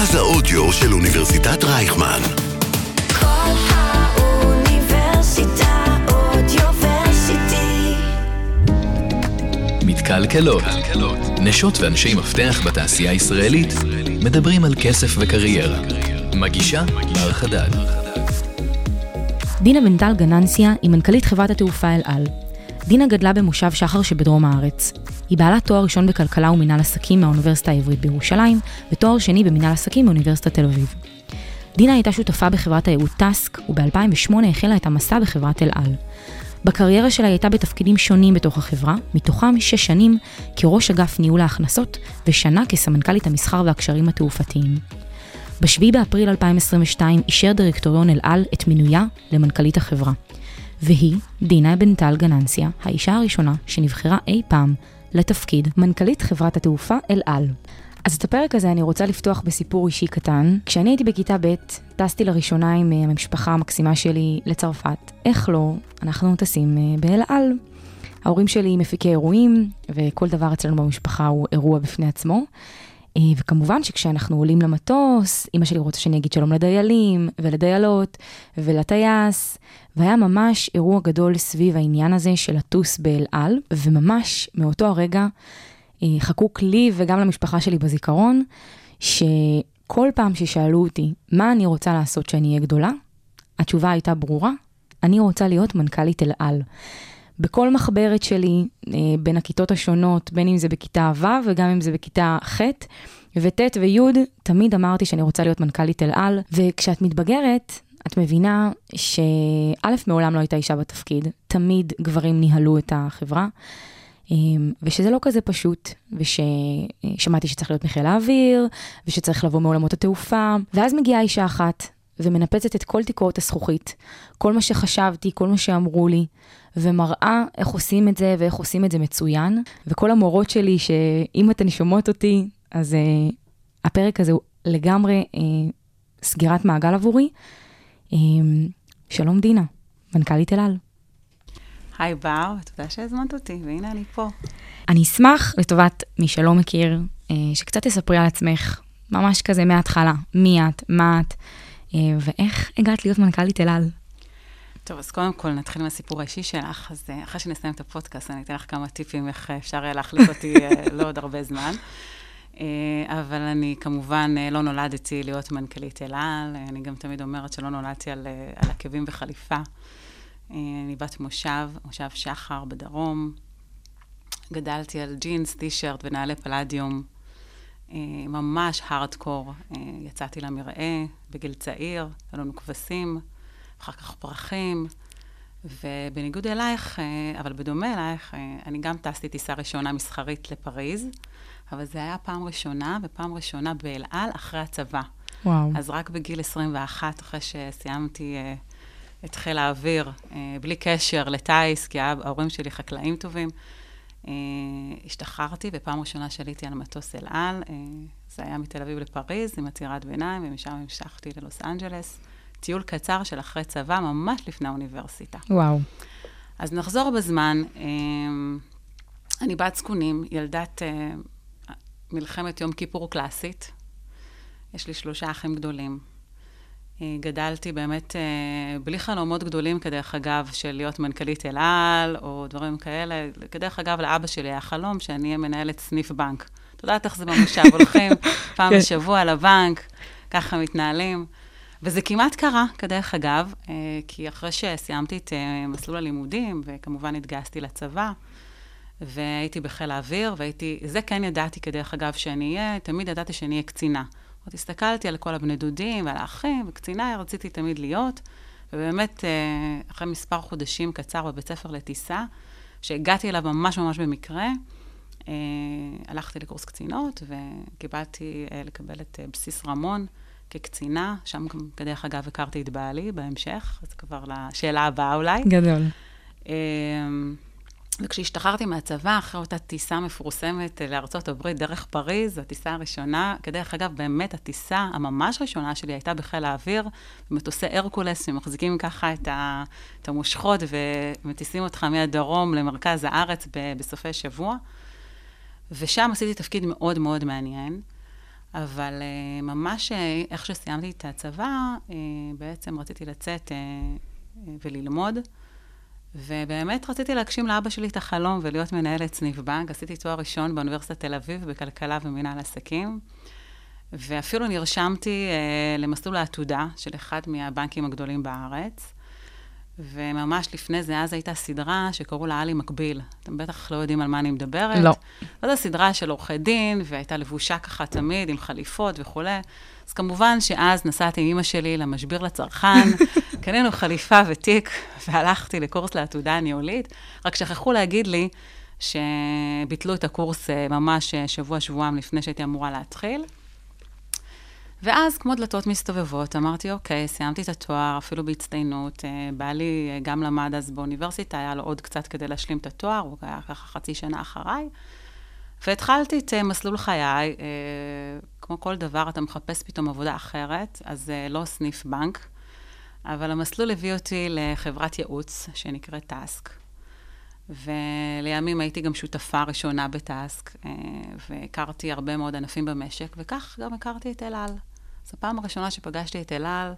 מרכז האודיו של אוניברסיטת רייכמן. כל האוניברסיטה אודיוורסיטי. מתקלקלות. נשות ואנשי מפתח בתעשייה הישראלית מדברים על כסף וקריירה. מגישה בר חדד. דינה בן טל גננסיה היא מנכ"לית חברת התעופה אל על. דינה גדלה במושב שחר שבדרום הארץ. היא בעלת תואר ראשון בכלכלה ומינהל עסקים מהאוניברסיטה העברית בירושלים, ותואר שני במינהל עסקים מאוניברסיטת תל אביב. דינה הייתה שותפה בחברת הייעוץ טאסק, וב-2008 החלה את המסע בחברת אל על. בקריירה שלה הייתה בתפקידים שונים בתוך החברה, מתוכם 6 שנים כראש אגף ניהול ההכנסות, ושנה כסמנכ"לית המסחר והקשרים התעופתיים. ב-7 באפריל 2022 אישר דירקטוריון אל על את מינויה למנכ"לית החברה. והיא, דינה בן טל גננסיה, האישה הראשונה שנבחרה אי פעם לתפקיד מנכ"לית חברת התעופה אל על. אז את הפרק הזה אני רוצה לפתוח בסיפור אישי קטן. כשאני הייתי בכיתה ב', טסתי לראשונה עם המשפחה המקסימה שלי לצרפת. איך לא? אנחנו טסים באל על. ההורים שלי מפיקי אירועים, וכל דבר אצלנו במשפחה הוא אירוע בפני עצמו. וכמובן שכשאנחנו עולים למטוס, אמא שלי רוצה שאני אגיד שלום לדיילים ולדיילות ולטייס, והיה ממש אירוע גדול סביב העניין הזה של לטוס באל על, וממש מאותו הרגע חקוק לי וגם למשפחה שלי בזיכרון, שכל פעם ששאלו אותי מה אני רוצה לעשות שאני אהיה גדולה, התשובה הייתה ברורה, אני רוצה להיות מנכ"לית אל על. בכל מחברת שלי, בין הכיתות השונות, בין אם זה בכיתה ו' וגם אם זה בכיתה ח' וט' וי', תמיד אמרתי שאני רוצה להיות מנכ"לית אל על, וכשאת מתבגרת, את מבינה שא' מעולם לא הייתה אישה בתפקיד, תמיד גברים ניהלו את החברה, ושזה לא כזה פשוט, וששמעתי שצריך להיות מחיל האוויר, ושצריך לבוא מעולמות התעופה, ואז מגיעה אישה אחת, ומנפצת את כל תקרות הזכוכית, כל מה שחשבתי, כל מה שאמרו לי, ומראה איך עושים את זה, ואיך עושים את זה מצוין, וכל המורות שלי, שאם אתן שומעות אותי, אז הפרק הזה הוא לגמרי סגירת מעגל עבורי. שלום דינה, מנכ"לית אל על. היי בר, תודה שהזמנת אותי, והנה אני פה. אני אשמח לטובת מי שלא מכיר, שקצת תספרי על עצמך, ממש כזה מההתחלה, מי את, מה את, ואיך הגעת להיות מנכ"לית אל על? טוב, אז קודם כל נתחיל מהסיפור האישי שלך, אז אחרי שנסיים את הפודקאסט, אני אתן לך כמה טיפים איך אפשר להחליף אותי לא עוד הרבה זמן. אבל אני כמובן לא נולדתי להיות מנכ"לית אל על, אני גם תמיד אומרת שלא נולדתי על עקבים וחליפה. אני בת מושב שחר בדרום, גדלתי על ג'ינס, טישרט ונעלי פלדיום, ממש הארדקור, יצאתי למראה בגיל צעיר, היו לנו כבשים, אחר כך פרחים, ובניגוד אלייך, אבל בדומה אלייך, אני גם טסתי טיסה ראשונה מסחרית לפריז, אבל זה היה פעם ראשונה באל על אחרי הצבא. וואו. אז רק בגיל 21, אחרי שסיימתי את חיל האוויר, בלי קשר לטייס, כי ההורים שלי חקלאים טובים, השתחררתי, ופעם ראשונה שעליתי על מטוס אל על, זה היה מתל אביב לפריז, עם עצירת ביניים, ומשם המשכתי ללוס אנג'לס, טיול קצר של אחרי צבא, ממש לפני האוניברסיטה. וואו. אז נחזור בזמן, אני בת זקונים, ילדת מלחמת יום כיפור קלאסית, יש לי 3 אחים גדולים. גדלתי באמת בלי חלומות גדולים, כדרך אגב, של להיות מנכ"לית אל על, או דברים כאלה. כדרך אגב, לאבא שלי היה חלום שאני אהיה מנהלת סניף בנק. אתה יודעת איך זה במושב, הולכים פעם בשבוע לבנק, ככה מתנהלים. וזה כמעט קרה, כדרך אגב, כי אחרי שסיימתי את מסלול הלימודים, וכמובן התגייסתי לצבא, והייתי בחיל האוויר, זה כן ידעתי כדרך אגב שאני אהיה, תמיד ידעתי שאני אהיה קצינה. עוד הסתכלתי על כל הבני דודים ועל האחים, וקצינה רציתי תמיד להיות, ובאמת אחרי מספר חודשים קצר בבית ספר לטיסה, שהגעתי אליו ממש במקרה, הלכתי לקורס קצינות, וקיבלתי לקבל את בסיס רמון כקצינה, שם גם כדרך אגב הכרתי את בעלי בהמשך, אז כבר לשאלה הבאה אולי. גדול. וכשהשתחררתי מהצבא, אחרי אותה טיסה מפורסמת לארצות הברית, דרך פריז, הטיסה הראשונה, כדרך אגב, באמת הטיסה הממש ראשונה שלי הייתה בחיל האוויר, במטוסי הרקולס, שמחזיקים ככה את המושכות, ומטיסים אותך מהדרום למרכז הארץ בסופי שבוע. ושם עשיתי תפקיד מאוד מאוד מעניין. אבל ממש איך שסיימתי את הצבא, בעצם רציתי לצאת וללמוד, ובאמת רציתי להגשים לאבא שלי את החלום ולהיות מנהלת סניף בנק. עשיתי תואר ראשון באוניברסיטת תל אביב, בכלכלה ומינהל עסקים, ואפילו נרשמתי למסלול העתודה של אחד מהבנקים הגדולים בארץ, וממש לפני זה, אז הייתה סדרה שקראו לה עלי מקביל. אתם בטח לא יודעים על מה אני מדברת. לא. זו סדרה של עורכי דין, והייתה לבושה ככה תמיד, עם חליפות וכו'. אז כמובן שאז נסעתי עם אמא שלי למשביר לצרכן, קנינו חליפה ותיק, והלכתי לקורס לעתודה הניהולית. רק שכחו להגיד לי שביטלו את הקורס ממש שבוע-שבועם לפני שהייתי אמורה להתחיל. ואז, כמו דלתות מסתובבות, אמרתי, אוקיי, סיימתי את התואר, אפילו בהצטיינות. בעלי גם למד אז באוניברסיטה, היה לו עוד קצת כדי להשלים את התואר, הוא היה ככה חצי שנה אחריי. והתחלתי את מסלול חיי, כמו כל דבר, אתה מחפש פתאום עבודה אחרת, אז לא סניף בנק, אבל המסלול הביא אותי לחברת ייעוץ, שנקראת טאסק. ולימים הייתי גם שותפה ראשונה בטאסק, והכרתי הרבה מאוד ענפים במשק, וכך גם הכרתי את אלעל. זו הפעם הראשונה שפגשתי את אלעל,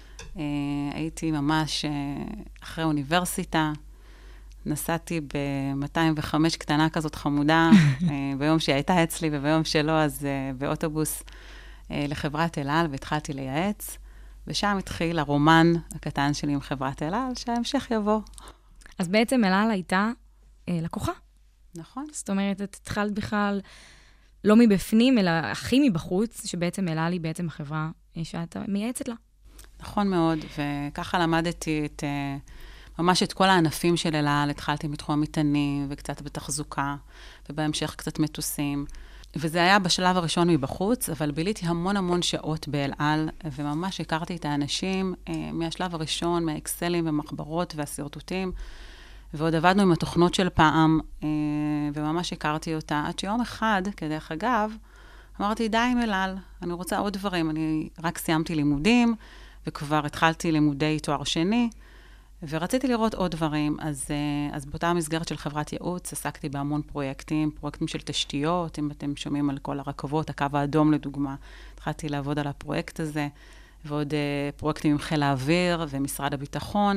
הייתי ממש אחרי אוניברסיטה, נסעתי ב-205 קטנה כזאת חמודה, ביום שהיא הייתה אצלי וביום שלא, אז באוטובוס לחברת אלעל, והתחלתי לייעץ, ושם התחיל הרומן הקטן שלי עם חברת אלעל, שההמשך יבוא. אז בעצם אלעל הייתה לקוחה. נכון. זאת אומרת, את התחלת בכלל לא מבפנים, אלא הכי מבחוץ, שבעצם אלעל היא בעצם החברה שאת מייעצת לה. נכון מאוד, וככה למדתי ממש את כל הענפים של אלעל. התחלתי מתחום המטענים, וקצת בתחזוקה, ובהמשך קצת מטוסים. וזה היה בשלב הראשון מבחוץ, אבל ביליתי המון שעות באלעל, וממש הכרתי את האנשים מהשלב הראשון, מהאקסלים ומחברות והסרטוטים, ועוד עבדנו עם התוכנות של פעם, וממש הכרתי אותה, עד שיום אחד, כדרך אגב, אמרתי, די עם אלעל, אני רוצה עוד דברים, אני רק סיימתי לימודים, וכבר התחלתי לימודי תואר שני, ורציתי לראות עוד דברים, אז באותה מסגרת של חברת ייעוץ, עסקתי בהמון פרויקטים של תשתיות, אם אתם שומעים על כל הרכבות, הקו האדום לדוגמה, התחלתי לעבוד על הפרויקט הזה, ועוד פרויקטים עם חיל האוויר ומשרד הביטחון,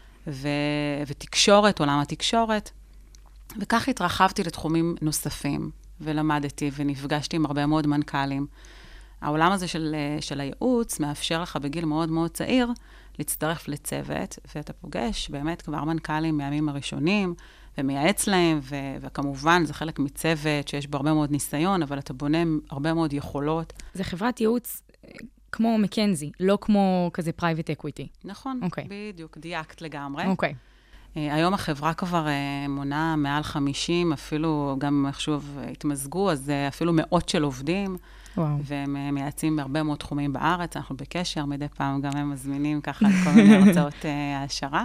ותקשורת, עולם התקשורת, וכך התרחבתי לתחומים נוספים, ולמדתי ונפגשתי עם הרבה מאוד מנכ"לים. העולם הזה של הייעוץ מאפשר לך בגיל מאוד מאוד צעיר, להצטרף לצוות, ואתה פוגש באמת כבר מנכ"לים מהימים הראשונים, ומייעץ להם, וכמובן זה חלק מצוות שיש בו הרבה מאוד ניסיון, אבל אתה בונה הרבה מאוד יכולות. זה חברת ייעוץ כמו מקנזי, לא כמו כזה פרייבט אקוויטי. נכון, בדיוק, דייקת לגמרי. אוקיי. היום החברה כבר מונה מעל 50, אפילו גם שוב התמזגו, אז אפילו מאות של עובדים. וואו. והם מייעצים בהרבה מאוד תחומים בארץ, אנחנו בקשר, מדי פעם גם הם מזמינים ככה לכל מיני הרצאות העשרה.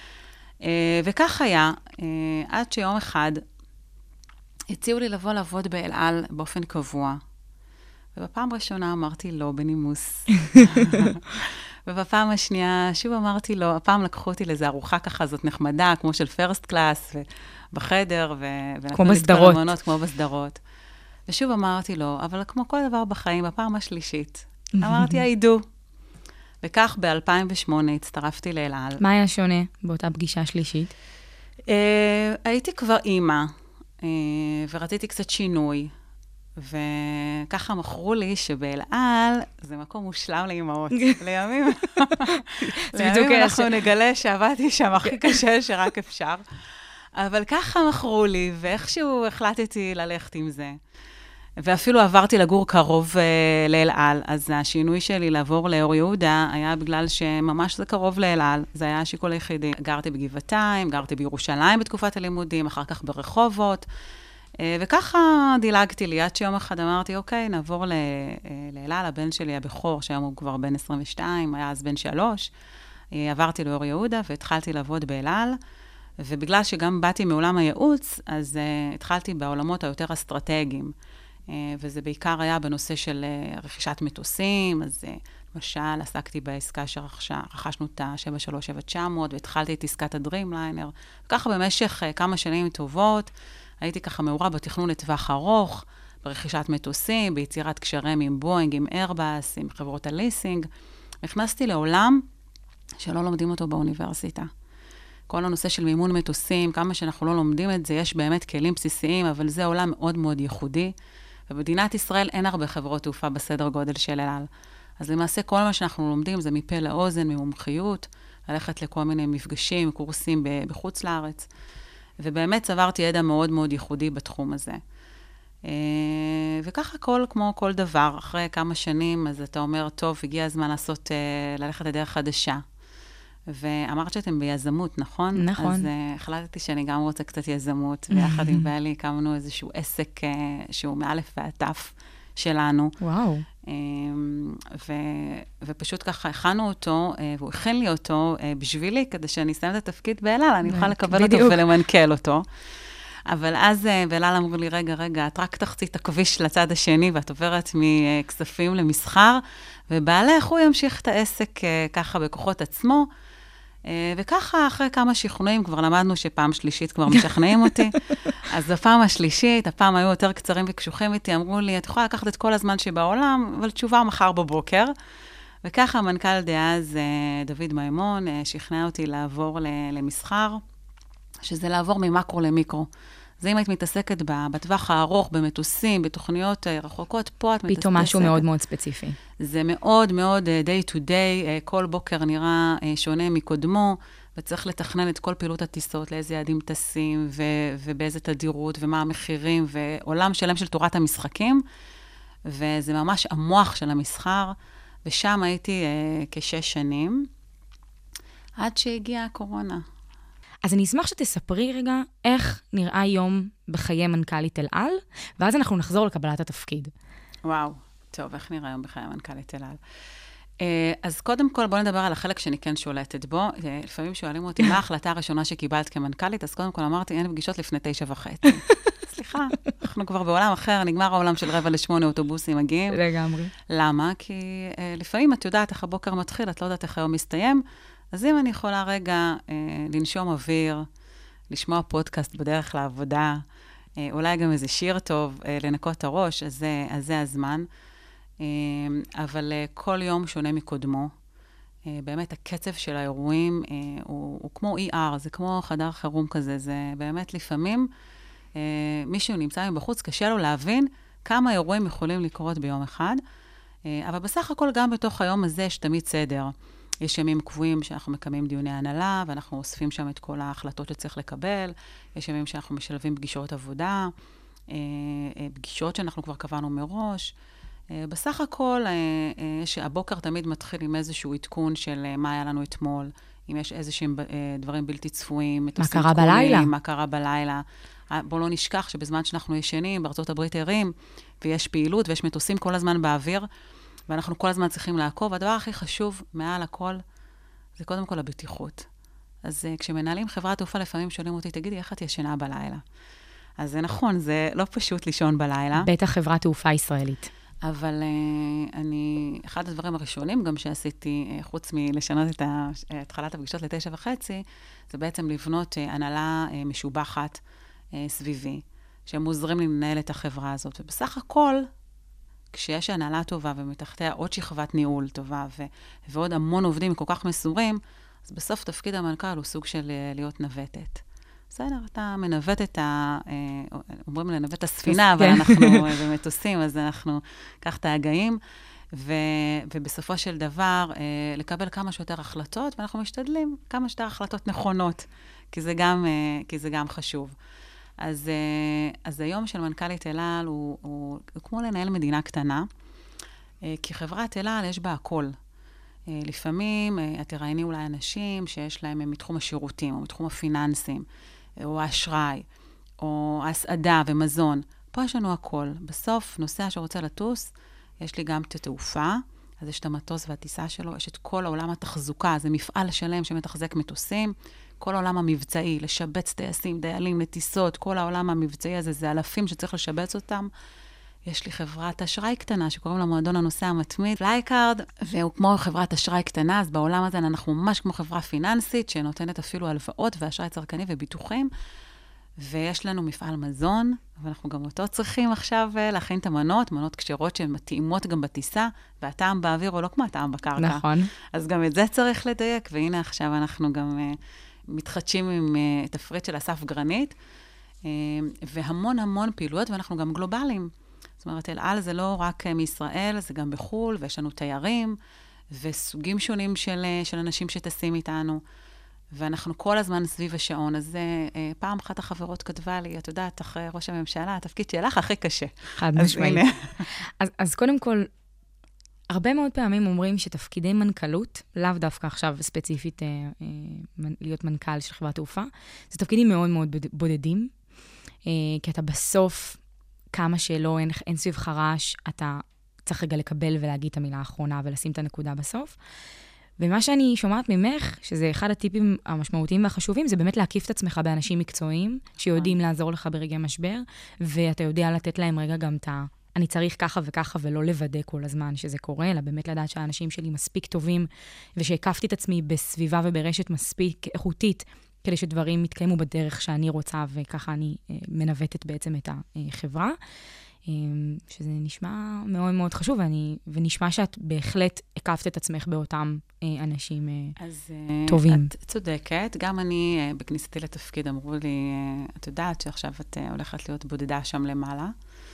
וכך היה, עד שיום אחד הציעו לי לבוא לעבוד באלעל באופן קבוע, ובפעם הראשונה אמרתי לא בנימוס. ובפעם השנייה שוב אמרתי לא, הפעם לקחו אותי לאיזו ארוחה ככה, זאת נחמדה, כמו של פרסט קלאס, בחדר, כמו בסדרות. כמו בסדרות. ושוב אמרתי לו, אבל כמו כל דבר בחיים, בפעם השלישית, אמרתי, I do. וכך ב-2008 הצטרפתי לאלעל. מה היה שונה באותה פגישה שלישית? הייתי כבר אימא, ורציתי קצת שינוי, וככה מכרו לי שבאלעל זה מקום מושלם לאימהות. לימים אנחנו נגלה שעבדתי שם הכי קשה שרק אפשר. אבל ככה מכרו לי, ואיכשהו החלטתי ללכת עם זה. ואפילו עברתי לגור קרוב לאלעל, אז השינוי שלי לעבור לאור יהודה היה בגלל שממש זה קרוב לאלעל. זה היה השיקול היחידי. גרתי בגבעתיים, גרתי בירושלים בתקופת הלימודים, אחר כך ברחובות, וככה דילגתי לי, עד שיום אחד אמרתי, אוקיי, נעבור לאלעל, הבן שלי הבכור, שהיום הוא כבר בן 22, היה אז בן 3, עברתי לאור יהודה והתחלתי לעבוד באלעל, ובגלל שגם באתי מעולם הייעוץ, אז התחלתי בעולמות היותר אסטרטגיים, וזה בעיקר היה בנושא של רכישת מטוסים, אז למשל עסקתי בעסקה שרכשנו את ה-737-900, והתחלתי את עסקת הדרימליינר, וככה במשך כמה שנים טובות, הייתי ככה מעורה בתכנון לטווח ארוך, ברכישת מטוסים, ביצירת קשרים עם בואינג, עם איירבאס, עם חברות הליסינג. נכנסתי לעולם שלא לומדים אותו באוניברסיטה. כל הנושא של מימון מטוסים, כמה שאנחנו לא לומדים את זה, יש באמת כלים בסיסיים, אבל זה עולם מאוד מאוד ייחודי. ובמדינת ישראל אין הרבה חברות תעופה בסדר גודל של אל על. אז למעשה כל מה שאנחנו לומדים זה מפה לאוזן, ממומחיות, ללכת לכל מיני מפגשים, קורסים בחוץ לארץ. ובאמת צברתי ידע מאוד מאוד ייחודי בתחום הזה. וככה כמו כל דבר, אחרי כמה שנים, אז אתה אומר, טוב, הגיע הזמן ללכת לדרך חדשה. ואמרת שאתם ביזמות, נכון? נכון. אז החלטתי שאני גם רוצה קצת יזמות, ויחד עם בעלי הקמנו איזשהו עסק שהוא מאלף ועד תף שלנו. וואו. ופשוט ככה הכנו אותו, והוא הכין לי אותו בשבילי, כדי שאני אסיים את התפקיד באל על, אני אוכל לקבל אותו ולמנכ"ל אותו. אבל אז באל על אמרו לי, רגע, את רק תחצי את הכביש לצד השני, ואת עוברת מכספים למסחר, ובעלך הוא ימשיך את העסק ככה בכוחות עצמו, וככה אחרי כמה שכנועים, כבר למדנו שפעם שלישית כבר משכנעים אותי, אז בפעם השלישית, הפעם היו יותר קצרים וקשוחים איתי, אמרו לי, את יכולה לקחת את כל הזמן שבעולם, אבל תשובה מחר בבוקר, וככה המנכ"ל דאז, דוד מימון, שכנע אותי לעבור למסחר, שזה לעבור ממקרו למיקרו. זה אם היית מתעסקת בטווח הארוך, במטוסים, בתוכניות רחוקות, פה את מתעסקת. פתאום משהו מאוד מאוד ספציפי. זה מאוד מאוד day to day, כל בוקר נראה שונה מקודמו, וצריך לתכנן את כל פעילות הטיסות, לאיזה יעדים טסים, ובאיזה תדירות, ומה המחירים, ועולם שלם של תורת המשחקים, וזה ממש המוח של המסחר, ושם הייתי כ6 שנים, עד שהגיעה הקורונה. אז אני אשמח שתספרי רגע איך נראה יום בחיי מנכ"לית אל על, ואז אנחנו נחזור לקבלת התפקיד. וואו, טוב, איך נראה יום בחיי מנכ"לית אל על? אז קודם כל, בואו נדבר על החלק שאני כן שולטת בו. לפעמים שואלים אותי, מה ההחלטה הראשונה שקיבלת כמנכ"לית? אז קודם כל אמרתי, אין פגישות לפני 9:30. סליחה, אנחנו כבר בעולם אחר, נגמר העולם של 7:45 אוטובוסים מגיעים. לגמרי. למה? כי לפעמים את יודעת איך הבוקר מתחיל, את לא יודעת איך היום מסתיים, אז אם אני יכולה רגע לנשום אוויר, לשמוע פודקאסט בדרך לעבודה, אולי גם איזה שיר טוב, לנקות את הראש, אז זה הזמן. אבל כל יום שונה מקודמו. באמת הקצב של האירועים הוא כמו ER, זה כמו חדר חירום כזה, זה באמת לפעמים מישהו נמצא מבחוץ, קשה לו להבין כמה אירועים יכולים לקרות ביום אחד, אבל בסך הכל גם בתוך היום הזה יש תמיד סדר. יש ימים קבועים שאנחנו מקיימים דיוני הנהלה, ואנחנו אוספים שם את כל ההחלטות שצריך לקבל. יש ימים שאנחנו משלבים פגישות עבודה, פגישות שאנחנו כבר קבענו מראש. בסך הכל, הבוקר תמיד מתחיל עם איזשהו עדכון של מה היה לנו אתמול, אם יש איזשהם דברים בלתי צפויים. מה קרה בלילה? מה קרה בלילה. בואו לא נשכח שבזמן שאנחנו ישנים, בארצות הברית ערים, ויש פעילות ויש מטוסים כל הזמן באוויר, ואנחנו כל הזמן צריכים לעקוב. הדבר הכי חשוב מעל הכל, זה קודם כל הבטיחות. אז כשמנהלים חברת תעופה, לפעמים שואלים אותי, תגידי, איך את ישנה בלילה? אז זה נכון, זה לא פשוט לישון בלילה. בטח חברת תעופה ישראלית. אבל אחד הדברים הראשונים גם שעשיתי, חוץ מלשנות את התחלת הפגישות ל9:30, זה בעצם לבנות הנהלה משובחת סביבי, שהם עוזרים לי לנהל את החברה הזאת. ובסך הכל, כשיש הנהלה טובה ומתחתיה עוד שכבת ניהול טובה ועוד המון עובדים כל כך מסורים, אז בסוף תפקיד המנכ"ל הוא סוג של להיות נווטת. בסדר, אתה מנווט אומרים לנווט את הספינה, אבל אנחנו במטוסים, אז אנחנו קח את ההגאים, ובסופו של דבר לקבל כמה שיותר החלטות, ואנחנו משתדלים כמה שיותר החלטות נכונות, כי זה גם חשוב. אז היום של מנכ"לית אל על הוא כמו לנהל מדינה קטנה, כי חברת אל על יש בה הכל. לפעמים את תראייני אולי אנשים שיש להם מתחום השירותים, או מתחום הפיננסים, או האשראי, או הסעדה ומזון. פה יש לנו הכל. בסוף, נוסע שרוצה לטוס, יש לי גם את התעופה, אז יש את המטוס והטיסה שלו, יש את כל העולם התחזוקה, זה מפעל שלם שמתחזק מטוסים, כל העולם המבצעי, לשבץ טייסים, דיילים, לטיסות, כל העולם המבצעי הזה, זה אלפים שצריך לשבץ אותם. יש לי חברת אשראי קטנה, שקוראים לה מועדון הנוסע המתמיד, פלייקארד, והוא כמו חברת אשראי קטנה, אז בעולם הזה אנחנו ממש כמו חברה פיננסית, שנותנת אפילו הלוואות ואשראי צרכני וביטוחים, ויש לנו מפעל מזון, ואנחנו גם אותו צריכים עכשיו להכין את מנות כשרות שהן מתאימות גם בטיסה, והטעם באוויר הוא לא כמו הטעם בקרקע. נכון. אז גם את זה צריך לדייק, והנה עכשיו אנחנו גם מתחדשים עם תפריט של אסף גרנית, והמון המון פעילויות, ואנחנו גם גלובליים. זאת אומרת, אל על זה לא רק מישראל, זה גם בחול, ויש לנו תיירים, וסוגים שונים של אנשים שטסים איתנו, ואנחנו כל הזמן סביב השעון. אז פעם אחת החברות כתבה לי, את יודעת, אחרי ראש הממשלה, התפקיד שלך הכי קשה. חד משמעית. אז קודם כל, הרבה מאוד פעמים אומרים שתפקידי מנכ"לות, לאו דווקא עכשיו ספציפית להיות מנכ"ל של חברת תעופה, זה תפקידים מאוד מאוד בודדים, כי אתה בסוף, כמה שלא, אין סביב חרש, אתה צריך רגע לקבל ולהגיד את המילה האחרונה ולשים את הנקודה בסוף. ומה שאני שומעת ממך, שזה אחד הטיפים המשמעותיים והחשובים, זה באמת להקיף את עצמך באנשים מקצועיים, שיודעים לעזור לך ברגעי משבר, ואתה יודע לתת להם רגע גם את אני צריך ככה וככה, ולא לוודא כל הזמן שזה קורה, אלא באמת לדעת שהאנשים שלי מספיק טובים, ושהקפתי את עצמי בסביבה וברשת מספיק איכותית, כדי שדברים יתקיימו בדרך שאני רוצה, וככה אני מנווטת בעצם את החברה. שזה נשמע מאוד מאוד חשוב, ונשמע שאת בהחלט הקפת את עצמך באותם אנשים טובים. אז את צודקת. גם אני, בכניסתי לתפקיד, אמרו לי, את יודעת שעכשיו את הולכת להיות בודדה שם למעלה.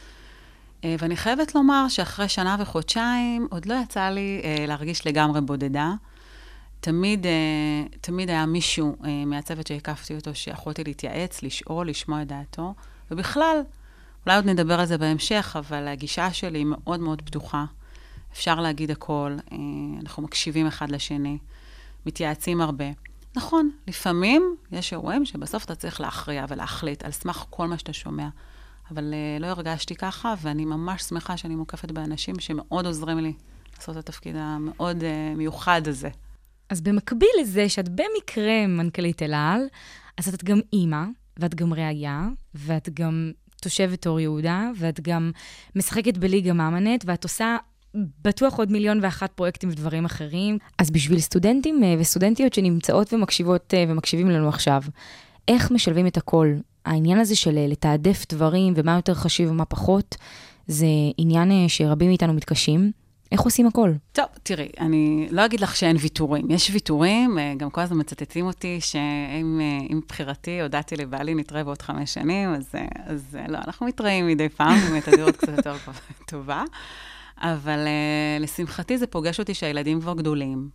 ואני חייבת לומר שאחרי שנה וחודשיים, עוד לא יצא לי להרגיש לגמרי בודדה. תמיד היה מישהו מהצוות שהקפתי אותו, שיכולתי להתייעץ, לשאול, לשמוע את דעתו. ובכלל, אולי עוד נדבר על זה בהמשך, אבל הגישה שלי היא מאוד מאוד פתוחה. אפשר להגיד הכל, אנחנו מקשיבים אחד לשני, מתייעצים הרבה. נכון, לפעמים יש אירועים שבסוף אתה צריך להכריע ולהחליט על סמך כל מה שאתה שומע. אבל לא הרגשתי ככה, ואני ממש שמחה שאני מוקפת באנשים שמאוד עוזרים לי לעשות את התפקיד המאוד מיוחד הזה. אז במקביל לזה שאת במקרה מנכ"לית אל על, אז את גם אימא, ואת גם ראיה, ואת גם תושבת אור יהודה, ואת גם משחקת בליגה מאמנת, ואת עושה בטוח עוד 1,001,000 פרויקטים ודברים אחרים. אז בשביל סטודנטים וסטודנטיות שנמצאות ומקשיבות ומקשיבים לנו עכשיו, איך משלבים את הכל? העניין הזה של לתעדף דברים ומה יותר חשוב ומה פחות, זה עניין שרבים מאיתנו מתקשים. איך עושים הכל? טוב, תראי, אני לא אגיד לך שאין ויתורים. יש ויתורים, גם כל הזמן מצטטים אותי שעם בחירתי הודעתי לבעלי נתראה בעוד 5 שנים, אז לא, אנחנו מתראים מדי פעם, עם תדירות קצת יותר טובה, אבל לשמחתי זה פוגש אותי שהילדים כבר גדולים.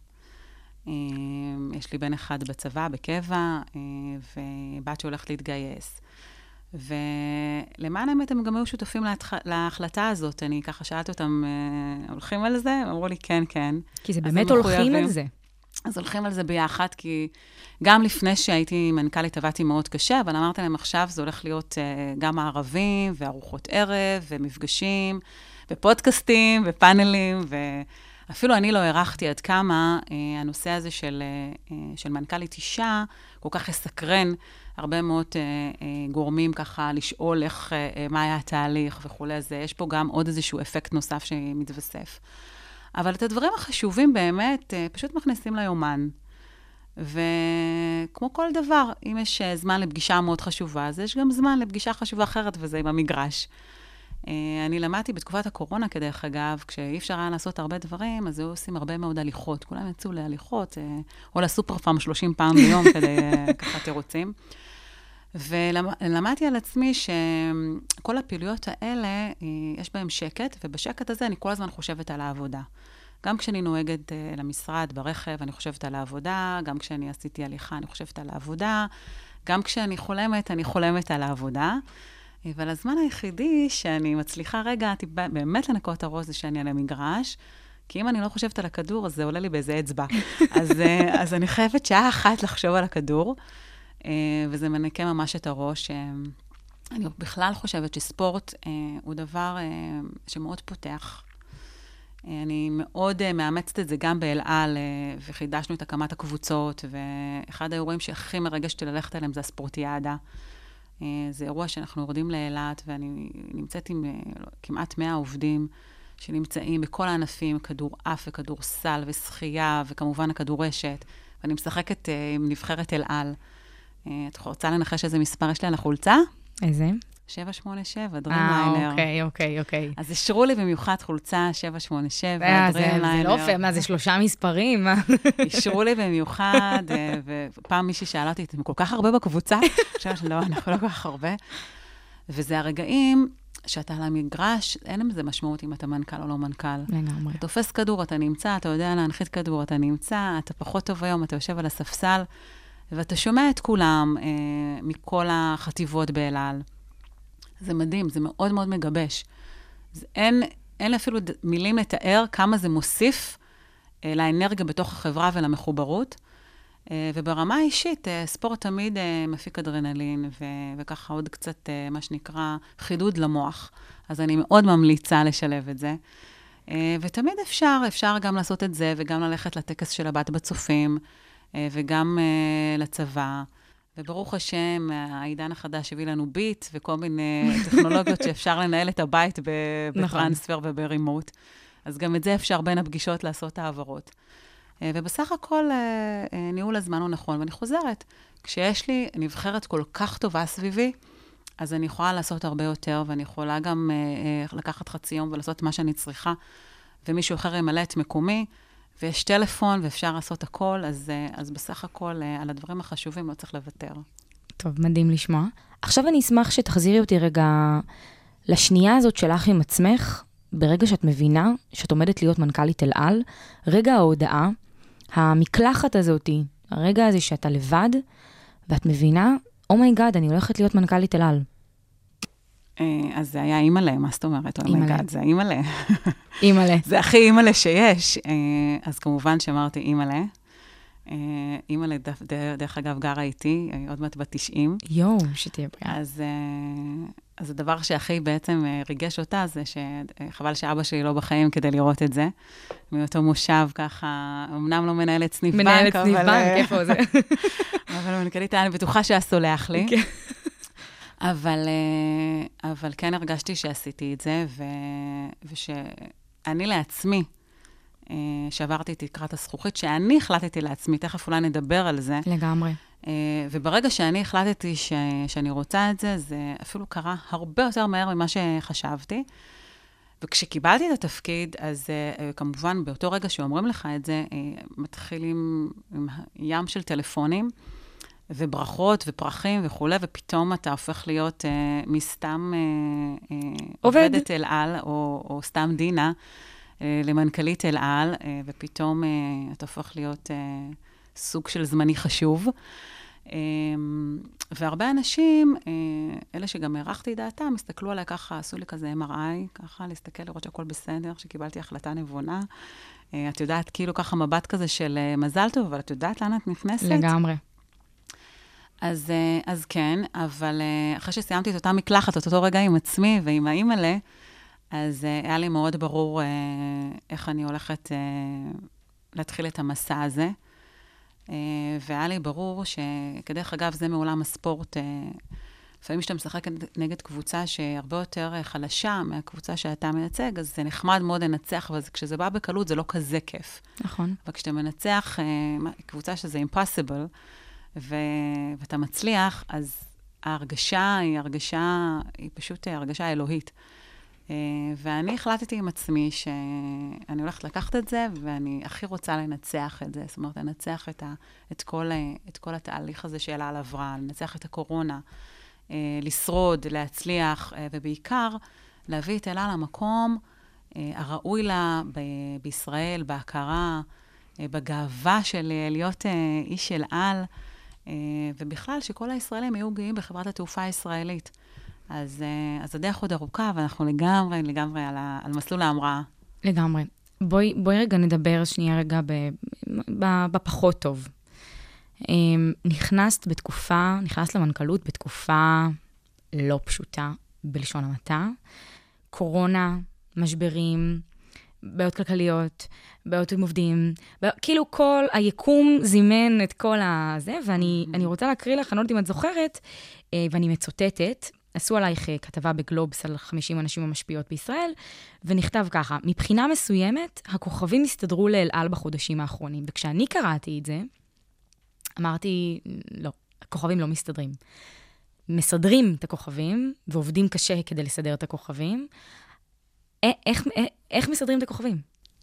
יש לי בן אחד בצבא, בקבע, ובת שהולכת להתגייס. ולמען האמת הם גם היו שותפים להחלטה הזאת. אני ככה שאלת אותם, הולכים על זה? הם אמרו לי, כן, כן. כי זה באמת הולכים על זה. אז הולכים על זה ביחד, כי גם לפני שהייתי מנכ"לית עבדתי מאוד קשה, אבל אמרתי להם עכשיו, זה הולך להיות גם הערבים, וארוחות ערב, ומפגשים, ופודקאסטים, ופאנלים, אפילו אני לא הערכתי עד כמה הנושא הזה של מנכ"לית אישה כל כך יסקרן הרבה מאוד גורמים ככה לשאול מה היה התהליך וכו'. אז יש פה גם עוד איזשהו אפקט נוסף שמתווסף. אבל את הדברים החשובים באמת פשוט מכניסים ליומן. וכמו כל דבר, אם יש זמן לפגישה מאוד חשובה, אז יש גם זמן לפגישה חשובה אחרת, וזה עם המגרש. אני למדתי בתקופת הקורונה, כדרך אגב, כשאי אפשר היה לעשות הרבה דברים, אז היו עושים הרבה מאוד הליכות. כולם יצאו להליכות, או לסופר פארם 30 פעם ביום, כדי ככה תירוצים. ולמדתי על עצמי שכל הפעילויות האלה, יש בהם שקט, ובשקט הזה אני כל הזמן חושבת על העבודה. גם כשאני נוהגת למשרד, ברכב, אני חושבת על העבודה, גם כשאני עשיתי הליכה, אני חושבת על העבודה, גם כשאני חולמת, אני חולמת על העבודה. אבל הזמן היחידי שאני מצליחה רגע, באמת לנקות את הראש זה שאני על המגרש, כי אם אני לא חושבת על הכדור, אז זה עולה לי באיזה אצבע. אז אני חייבת שעה אחת לחשוב על הכדור, וזה מנקה ממש את הראש. אני בכלל חושבת שספורט הוא דבר שמאוד פותח. אני מאוד מאמצת את זה גם באל על, וחידשנו את הקמת הקבוצות, ואחד האירועים שהכי מרגשתי ללכת אליהם זה הספורטיאדה. זה אירוע שאנחנו יורדים לאילת, ואני נמצאת עם כמעט 100 עובדים שנמצאים בכל הענפים, כדור אף וכדור סל ושחייה, וכמובן הכדורשת, ואני משחקת עם נבחרת אל על. את רוצה לנחש איזה מספר יש לי על החולצה? איזה? 787, דרימליינר. אוקיי. אז אישרו לי במיוחד חולצה 787, דרימליינר. זה לא אופן, מה זה 3 מספרים? אישרו לי במיוחד, ופעם מישהי שאלה אותי, אתם כל כך הרבה בקבוצה? עכשיו שלא, אנחנו לא כל כך הרבה. וזה הרגעים שאתה על המגרש, אין לזה משמעות אם אתה מנכ"ל או לא מנכ"ל. לגמרי. אתה תופס כדור, אתה נמצא, אתה יודע להנחית כדור, אתה נמצא, אתה פחות טוב היום, אתה יושב על הספסל, ואתה שומע את כולם מכל החטיבות באל על. זה מדהים, זה מאוד מאוד מגבש. אין אפילו מילים לתאר כמה זה מוסיף לאנרגיה בתוך החברה ולמחוברות. וברמה האישית, ספורט תמיד מפיק אדרנלין, וככה עוד קצת, מה שנקרא, חידוד למוח. אז אני מאוד ממליצה לשלב את זה. ותמיד אפשר גם לעשות את זה, וגם ללכת לטקס של הבת בצופים, וגם לצבא. וברוך השם, העידן החדש הביא לנו ביט, וכל מיני טכנולוגיות שאפשר לנהל את הבית בטרנספר וברימוט. אז גם את זה אפשר בין הפגישות לעשות העברות. ובסך הכל, ניהול הזמן הוא נכון. ואני חוזרת, כשיש לי נבחרת כל כך טובה סביבי, אז אני יכולה לעשות הרבה יותר, ואני יכולה גם לקחת חצי יום ולעשות מה שאני צריכה, ומישהו אחר ימלא את מקומי, ויש טלפון, ואפשר לעשות הכל, אז בסך הכל, על הדברים החשובים לא צריך לוותר. טוב, מדהים לשמוע. עכשיו אני אשמח שתחזירי אותי רגע לשנייה הזאת שלך עם עצמך, ברגע שאת מבינה שאת עומדת להיות מנכ"לית אל על, רגע ההודעה, המקלחת הזאת, הרגע הזה שאתה לבד, ואת מבינה, אומייגאד, אני הולכת להיות מנכ"לית אל על. אז זה היה אימאלה, מה זאת אומרת? אומייגאד, זה אימאלה. אימאלה. זה הכי אימאלה שיש. אז כמובן שאמרתי אימאלה. אימאלה, דרך אגב, גרה איתי, עוד מעט ב-90. יואו, שתהיה בריאה. אז הדבר שהכי בעצם ריגש אותה, זה שחבל שאבא שלי לא בחיים כדי לראות את זה. מאותו מושב ככה, אמנם לא מנהלת סניף בנק, מנהלת סניף בנק, איפה זה? אבל מנכ"לית, אני בטוחה שהיה סולח לי. אבל כן הרגשתי שעשיתי את זה, ושאני לעצמי, שעברתי את תקרת הזכוכית, שאני החלטתי לעצמי, תכף אולי נדבר על זה. לגמרי. וברגע שאני החלטתי שאני רוצה את זה, זה אפילו קרה הרבה יותר מהר ממה שחשבתי. וכשקיבלתי את התפקיד, אז כמובן באותו רגע שאומרים לך את זה, מתחילים עם ים של טלפונים, וברכות ופרחים וכו', ופתאום אתה הופך להיות מסתם עובדת אל על, או סתם דינה, למנכ"לית אל על, ופתאום אתה הופך להיות סוג של זמני חשוב. והרבה אנשים, אלה שגם הערכתי דעתם, הסתכלו עליי ככה, עשו לי כזה MRI, ככה להסתכל, לראות שהכל בסדר, שקיבלתי החלטה נבונה. את יודעת, כאילו ככה מבט כזה של מזל טוב, אבל את יודעת לאן את נכנסת? לגמרי. אז כן, אבל אחרי שסיימתי את אותה מקלחת, את אותו רגע עם עצמי ועם האימאלה, אז היה לי מאוד ברור איך אני הולכת להתחיל את המסע הזה. והיה לי ברור שכדרך אגב, זה מעולם הספורט, לפעמים שאתה משחק נגד קבוצה שהרבה יותר חלשה מהקבוצה שאתה מייצג, אז זה נחמד מאוד לנצח, אבל כשזה בא בקלות זה לא כזה כיף. נכון. וכשאתה מנצח קבוצה שזה impossible, ואתה מצליח, אז ההרגשה היא פשוט הרגשה אלוהית. ואני החלטתי עם עצמי שאני הולכת לקחת את זה, ואני הכי רוצה לנצח את זה. זאת אומרת, לנצח את כל התהליך הזה שאלה על עברה, לנצח את הקורונה, לשרוד, להצליח, ובעיקר להביא את אלה למקום הראוי לה בישראל, בהכרה, בגאווה של להיות איש של על, ובכלל שכל הישראלים יהיו גאים בחברת התעופה הישראלית. אז הדרך עוד ארוכה, ואנחנו לגמרי על מסלול ההמראה. לגמרי. בואי רגע נדבר שנייה רגע בפחות טוב. נכנסת למנכ"לות בתקופה לא פשוטה, בלשון המעטה. קורונה, משברים, בעיות כלכליות, בעיות עם עובדים, כאילו כל היקום זימן את כל הזה, ואני רוצה להקריא לך, אני לא יודעת אם את זוכרת, ואני מצוטטת, עשו עלייך כתבה בגלובס על 50 אנשים המשפיעות בישראל, ונכתב ככה, מבחינה מסוימת, הכוכבים הסתדרו לאל על בחודשים האחרונים, וכשאני קראתי את זה, אמרתי, לא, הכוכבים לא מסתדרים. מסדרים את הכוכבים, ועובדים קשה כדי לסדר את הכוכבים. איך מסדרים את הכוכבים?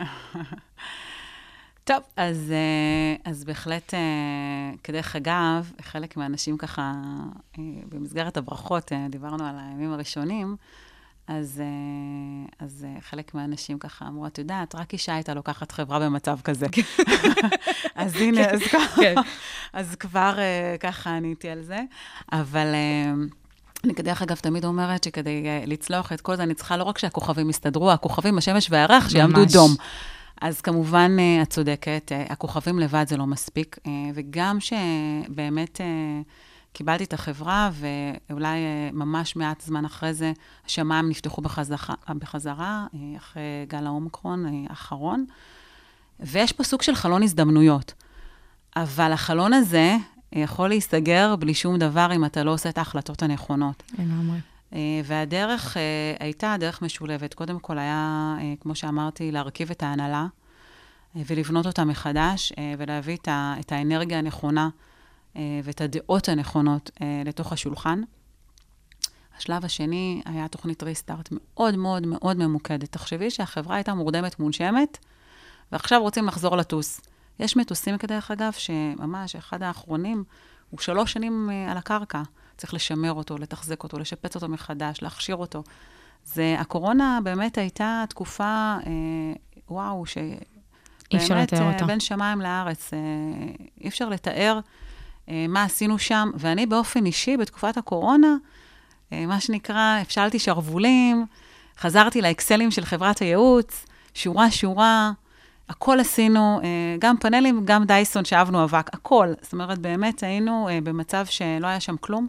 טוב, אז בהחלט, כדרך אגב, חלק מהאנשים ככה, במסגרת הברכות, דיברנו על הימים הראשונים, אז חלק מהאנשים ככה אמרו, את יודעת, רק אישה הייתה לוקחת חברה במצב כזה. אז הנה, אז כבר ככה עניתי על זה. אבל אני כדרך אגב תמיד אומרת שכדי לצלוח את כל זה, אני צריכה לא רק שהכוכבים יסתדרו, הכוכבים, השמש והירח, שיעמדו דום. אז כמובן, את צודקת, הכוכבים לבד זה לא מספיק, וגם שבאמת קיבלתי את החברה, ואולי ממש מעט זמן אחרי זה, השמיים נפתחו בחזרה, אחרי גל האומיקרון האחרון, ויש פה סוג של חלון הזדמנויות. אבל החלון הזה יכול להיסגר בלי שום דבר, אם אתה לא עושה את ההחלטות הנכונות. לגמרי. והדרך הייתה דרך משולבת. קודם כל היה, כמו שאמרתי, להרכיב את ההנהלה, ולבנות אותה מחדש, ולהביא את האנרגיה הנכונה, ואת הדעות הנכונות לתוך השולחן. השלב השני היה תוכנית ריסטארט מאוד מאוד מאוד ממוקדת. תחשבי שהחברה הייתה מורדמת מונשמת, ועכשיו רוצים לחזור לטוס. יש מטוסים כדרך אגב, שממש אחד האחרונים, הוא 3 שנים על הקרקע. צריך לשמר אותו, לתחזק אותו, לשפץ אותו מחדש, להכשיר אותו. הקורונה באמת הייתה תקופה, וואו, שבאמת בין שמיים לארץ, אי אפשר לתאר מה עשינו שם, ואני באופן אישי, בתקופת הקורונה, מה שנקרא, הפשלתי שרבולים, חזרתי לאקסלים של חברת הייעוץ, שורה, הכל עשינו, גם פאנלים, גם דייסון שאהבנו אבק, הכל. זאת אומרת, באמת היינו במצב שלא היה שם כלום,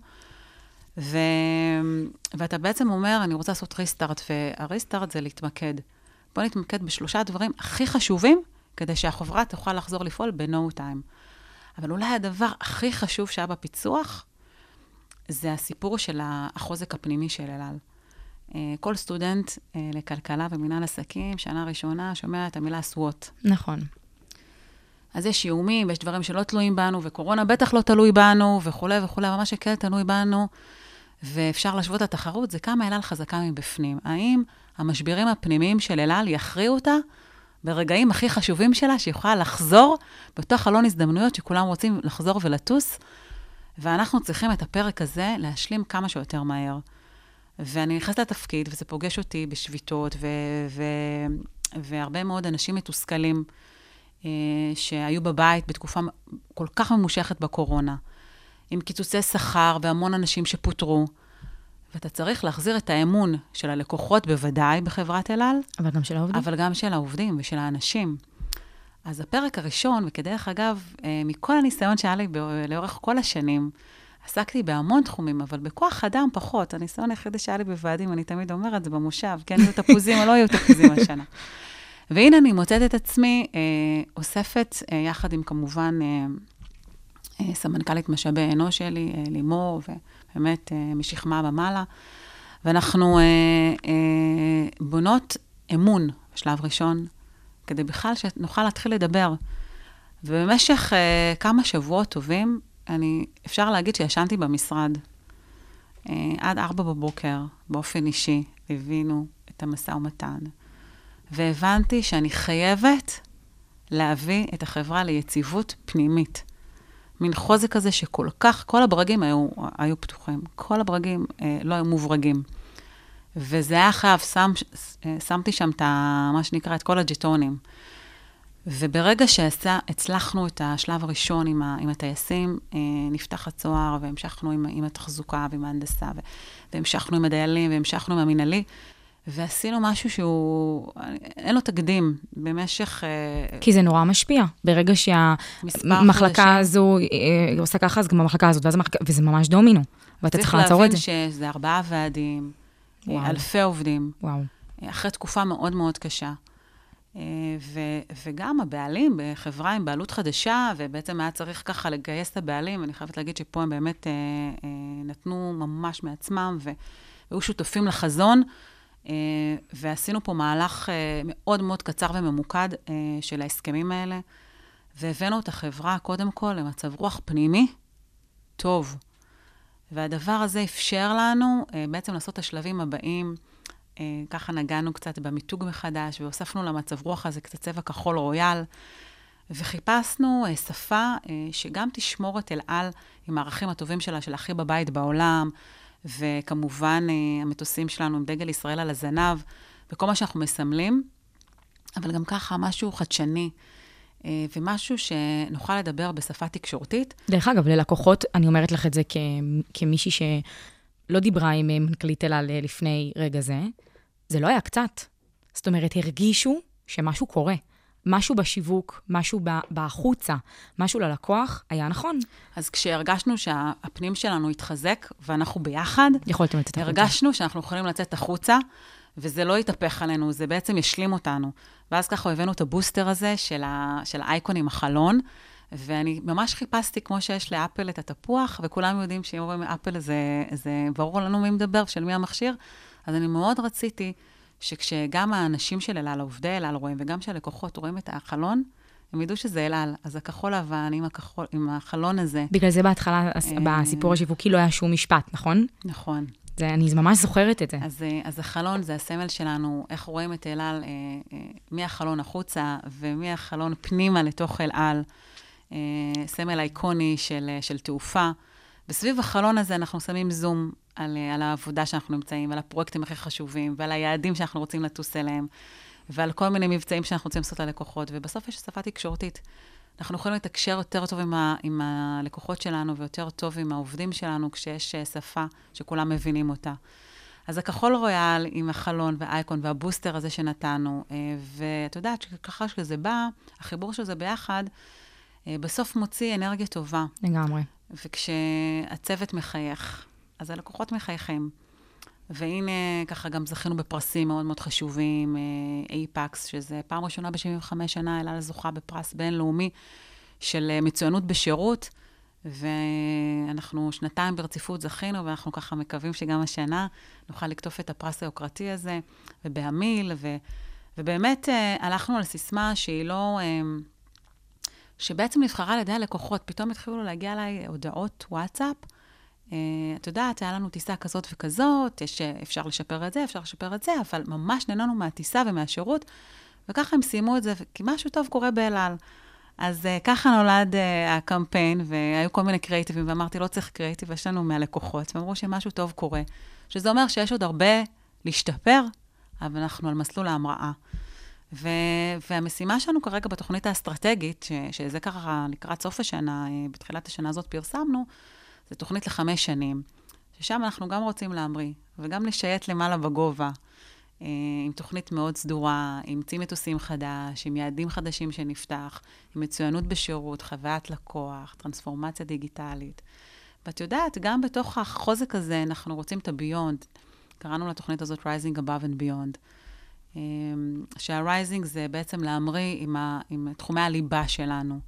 ואתה בעצם אומר, אני רוצה לעשות ריסטארט, והריסטארט זה להתמקד. בוא נתמקד ב3 דברים הכי חשובים, כדי שהחברה תוכל לחזור לפעול ב-no time. אבל אולי הדבר הכי חשוב שהיה בפיצוח, זה הסיפור של החוזק הפנימי של אל-על. כל סטודנט לכלכלה ומנהל עסקים, שנה ראשונה, שומע את המילה SWOT. נכון. אז יש איומים, יש דברים שלא תלויים בנו, וקורונה בטח לא תלוי בנו, וכו', אבל מה שכן תלוי בנו, ואפשר להשוות את התחרות, זה כמה אל-על חזקה מבפנים. האם המשברים הפנימיים של אל-על יכריעו אותה ברגעים הכי חשובים שלה, שיכולה לחזור בתוך חלון הזדמנויות שכולם רוצים לחזור ולטוס, ואנחנו צריכים את הפרק הזה להשלים כמה שיותר מהר. ואני נכנסת לתפקיד, וזה פוגש אותי בשביתות, והרבה מאוד אנשים מתוסכלים, שהיו בבית בתקופה כל כך ממושכת בקורונה, עם קיצוצי שכר והמון אנשים שפוטרו, ואתה צריך להחזיר את האמון של הלקוחות בוודאי בחברת אל-על, אבל גם של העובדים. אבל גם של העובדים ושל האנשים. אז הפרק הראשון, וכדרך אגב, מכל הניסיון שהיה לי לאורך כל השנים, עסקתי בהמון תחומים, אבל בכוח אדם פחות. הניסיון היחידי שהיה לי בוועדים, אני תמיד אומרת, זה במושב, כן יהיו תפוזים או לא יהיו תפוזים השנה. והנה אני מוצאת את עצמי, אוספת, יחד עם כמובן סמנכ"לית משאבי אנוש שלי, לימור, ובאמת משכמה במעלה, ואנחנו בונות אמון בשלב ראשון, כדי בכלל שנוכל להתחיל לדבר. ובמשך כמה שבועות טובים, אפשר להגיד שישנתי במשרד, עד 4 בבוקר, באופן אישי, הבינו את המשא ומתן, והבנתי שאני חייבת להביא את החברה ליציבות פנימית. מין חוזק כזה שכל כך, כל הברגים היו פתוחים, כל הברגים לא היו מוברגים. וזה היה חייב, שמתי שם מה שנקרא, את כל הג'טונים. וברגע שהצלחנו את השלב הראשון עם הטייסים, נפתח הצוהר, והמשכנו עם התחזוקה ועם ההנדסה, והמשכנו עם הדיילים, והמשכנו עם המנהלי, ועשינו משהו שהוא, אין לו תקדים במשך... כי זה נורא משפיע. ברגע שהמחלקה הזו עושה ככה, אז גם המחלקה הזאת, וזה ממש דומינו. ואתה צריך לעצור את זה. צריך להבין שזה 4 ועדים, אלפי עובדים. וואו. אחרי תקופה מאוד מאוד קשה. וגם הבעלים בחברה עם בעלות חדשה, ובעצם היה צריך ככה לגייס את הבעלים, ואני חייבת להגיד שפה הם באמת נתנו ממש מעצמם, והיו שותפים לחזון, ועשינו פה מהלך מאוד מאוד קצר וממוקד של ההסכמים האלה, והבאנו את החברה קודם כל למצב רוח פנימי טוב. והדבר הזה אפשר לנו בעצם לעשות את השלבים הבאים. ככה נגענו קצת במיתוג מחדש, והוספנו למצב רוח הזה קצת צבע כחול רויאל, וחיפשנו שפה שגם תשמור את אל על עם הערכים הטובים שלה, של הכי בבית בעולם, וכמובן המטוסים שלנו עם דגל ישראל על הזנב, וכל מה שאנחנו מסמלים, אבל גם ככה משהו חדשני, ומשהו שנוכל לדבר בשפה תקשורתית. דרך אגב, ללקוחות, אני אומרת לך את זה כמישהי שלא דיברה עם מנכ"לית אל על לפני רגע זה לא היה קצת. זאת אומרת, הרגישו שמשהו קורה. משהו בשיווק, משהו בחוצה, משהו ללקוח, היה נכון. אז כשהרגשנו שהפנים שלנו התחזק, ואנחנו ביחד, יכולתם לצאת החוצה. הרגשנו שאנחנו יכולים לצאת החוצה, וזה לא יתהפך עלינו, זה בעצם ישלים אותנו. ואז ככה הבאנו את הבוסטר הזה של האייקון עם החלון, ואני ממש חיפשתי, כמו שיש לאפל את התפוח, וכולם יודעים שאם רואים אפל, זה ברור לנו מי מדבר, של מי המכשיר, אז אני מאוד רציתי שכשגם האנשים של אל על, עובדי אל על רואים, וגם שהלקוחות רואים את החלון, הם ידעו שזה אל על. אז הכחול לבן עם החלון הזה. בגלל זה בהתחלה, בסיפור השיווקי לא היה שום משפט, נכון? נכון. אני ממש זוכרת את זה. אז החלון זה הסמל שלנו, איך רואים את אל על, מהחלון החוצה, ומהחלון פנימה לתוך אל על, סמל אייקוני של תעופה. וסביב החלון הזה אנחנו שמים זום על העבודה שאנחנו נמצאים, ועל הפרויקטים הכי חשובים, ועל היעדים שאנחנו רוצים לטוס אליהם, ועל כל מיני מבצעים שאנחנו רוצים לעשות ללקוחות, ובסוף יש שפה תקשורתית. אנחנו יכולים לתקשר יותר טוב עם הלקוחות שלנו, ויותר טוב עם העובדים שלנו, כשיש שפה שכולם מבינים אותה. אז הכחול רויאל עם החלון והאייקון והבוסטר הזה שנתנו, ואת יודעת שככה שזה בא, החיבור של זה ביחד, בסוף מוציא אנרגיה טובה. לגמרי. וכשהצוות מחייך, אז הלקוחות מחייכים. והנה, ככה גם זכינו בפרסים מאוד מאוד חשובים, אייפקס, שזה פעם ראשונה ב-75 שנה, אל על זוכה בפרס בינלאומי של מצוינות בשירות, ואנחנו שנתיים ברציפות זכינו, ואנחנו ככה מקווים שגם השנה נוכל לקטוף את הפרס היוקרתי הזה, ובהמיל, ובאמת הלכנו על סיסמה שהיא לא... שבעצם נבחרה על ידי הלקוחות, פתאום התחילו להגיע אליי הודעות וואטסאפ, את יודעת, היה לנו טיסה כזאת וכזאת, אפשר לשפר את זה, אפשר לשפר את זה, אבל ממש נהנינו מהטיסה ומהשירות, וככה הם סיימו את זה, כי משהו טוב קורה באל על. אז ככה נולד הקמפיין, והיו כל מיני קריאיטיבים, ואמרתי, לא צריך קריאיטיב, יש לנו מהלקוחות, ואמרו שמשהו טוב קורה. שזה אומר שיש עוד הרבה להשתפר, אבל אנחנו על מסלול ההמראה. והמשימה שלנו כרגע בתוכנית האסטרטגית, שזה ככה לקראת סוף השנה, בתחילת השנה הזאת פרסמנו, זו תוכנית ל5 שנים, ששם אנחנו גם רוצים להמריא, וגם לשייט למעלה בגובה, עם תוכנית מאוד סדורה, עם צי מטוסים חדש, עם יעדים חדשים שנפתח, עם מצוינות בשירות, חוויית לקוח, טרנספורמציה דיגיטלית. ואת יודעת, גם בתוך החוזק הזה אנחנו רוצים את הביונד. קראנו לתוכנית הזאת Rising Above and Beyond. שה-Rising זה בעצם להמריא עם תחומי הליבה שלנו.